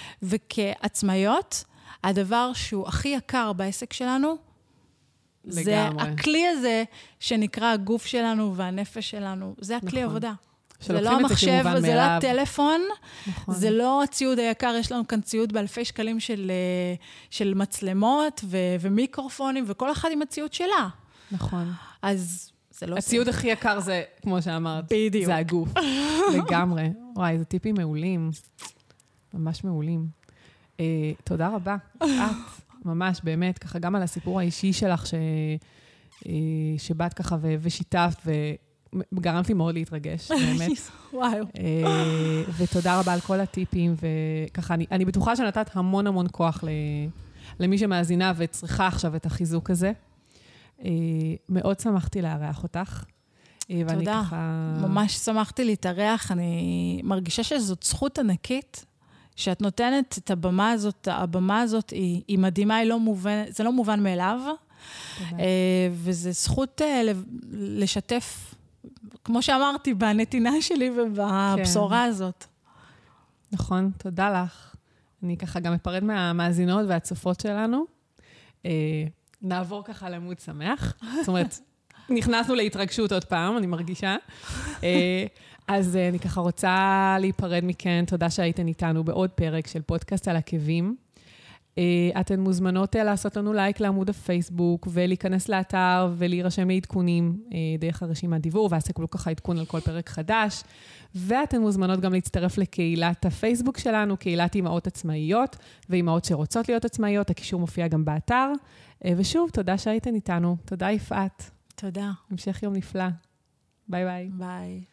וכעצמאיות, הדבר שהוא הכי יקר בעסק שלנו, לגמרי. זה הכלי הזה שנקרא הגוף שלנו והנפש שלנו. זה הכלי נכון. עבודה. זה לא המחשב, זה לא הטלפון, נכון. זה לא הציוד היקר, יש לנו כאן ציוד באלפי שקלים של, של מצלמות ו- ומיקרופונים, וכל אחד עם הציוד שלה. נכון. אז זה לא... הציוד הכי יקר זה, כמו שאמרת, בדיוק. זה הגוף. לגמרי. וואי, זה טיפים מעולים. ממש מעולים. אה, תודה רבה. את, ממש, באמת, ככה גם על הסיפור האישי שלך, ש, אה, שבאת ככה ו- ושיתפת ו... גרמת לי מאוד להתרגש, באמת. וואו. ותודה רבה על כל הטיפים, וככה, אני, אני בטוחה שנתת המון המון כוח למי שמאזינה וצריכה עכשיו את החיזוק הזה. מאוד שמחתי לארח אותך. תודה. ככה... ממש שמחתי להתארח. אני מרגישה שזאת זכות ענקית, שאת נותנת את הבמה הזאת, הבמה הזאת היא, היא מדהימה, היא לא מובן, זה לא מובן מאליו. וזה זכות לשתף כמו שאמרתי, בנתינה שלי ובבשורה כן. הזאת. נכון, תודה לך. אני ככה גם אפרד מהמאזינות והצופות שלנו. נעבור ככה לעמוד שמח. זאת אומרת, נכנסנו להתרגשות עוד פעם, אני מרגישה. אז אני ככה רוצה להיפרד מכן. תודה שהייתן איתנו בעוד פרק של פודקאסט על עקבים. אתן מוזמנות לעשות לנו לייק לעמוד הפייסבוק, ולהיכנס לאתר ולהירשם לעדכונים דרך הרשימת דיוור, ואז תקבלו ככה עדכון על כל פרק חדש. ואתן מוזמנות גם להצטרף לקהילת הפייסבוק שלנו, קהילת אימהות עצמאיות, ואימהות שרוצות להיות עצמאיות, הקישור מופיע גם באתר. ושוב, תודה שהייתן איתנו. תודה יפעת. תודה. המשך יום נפלא. ביי ביי. ביי.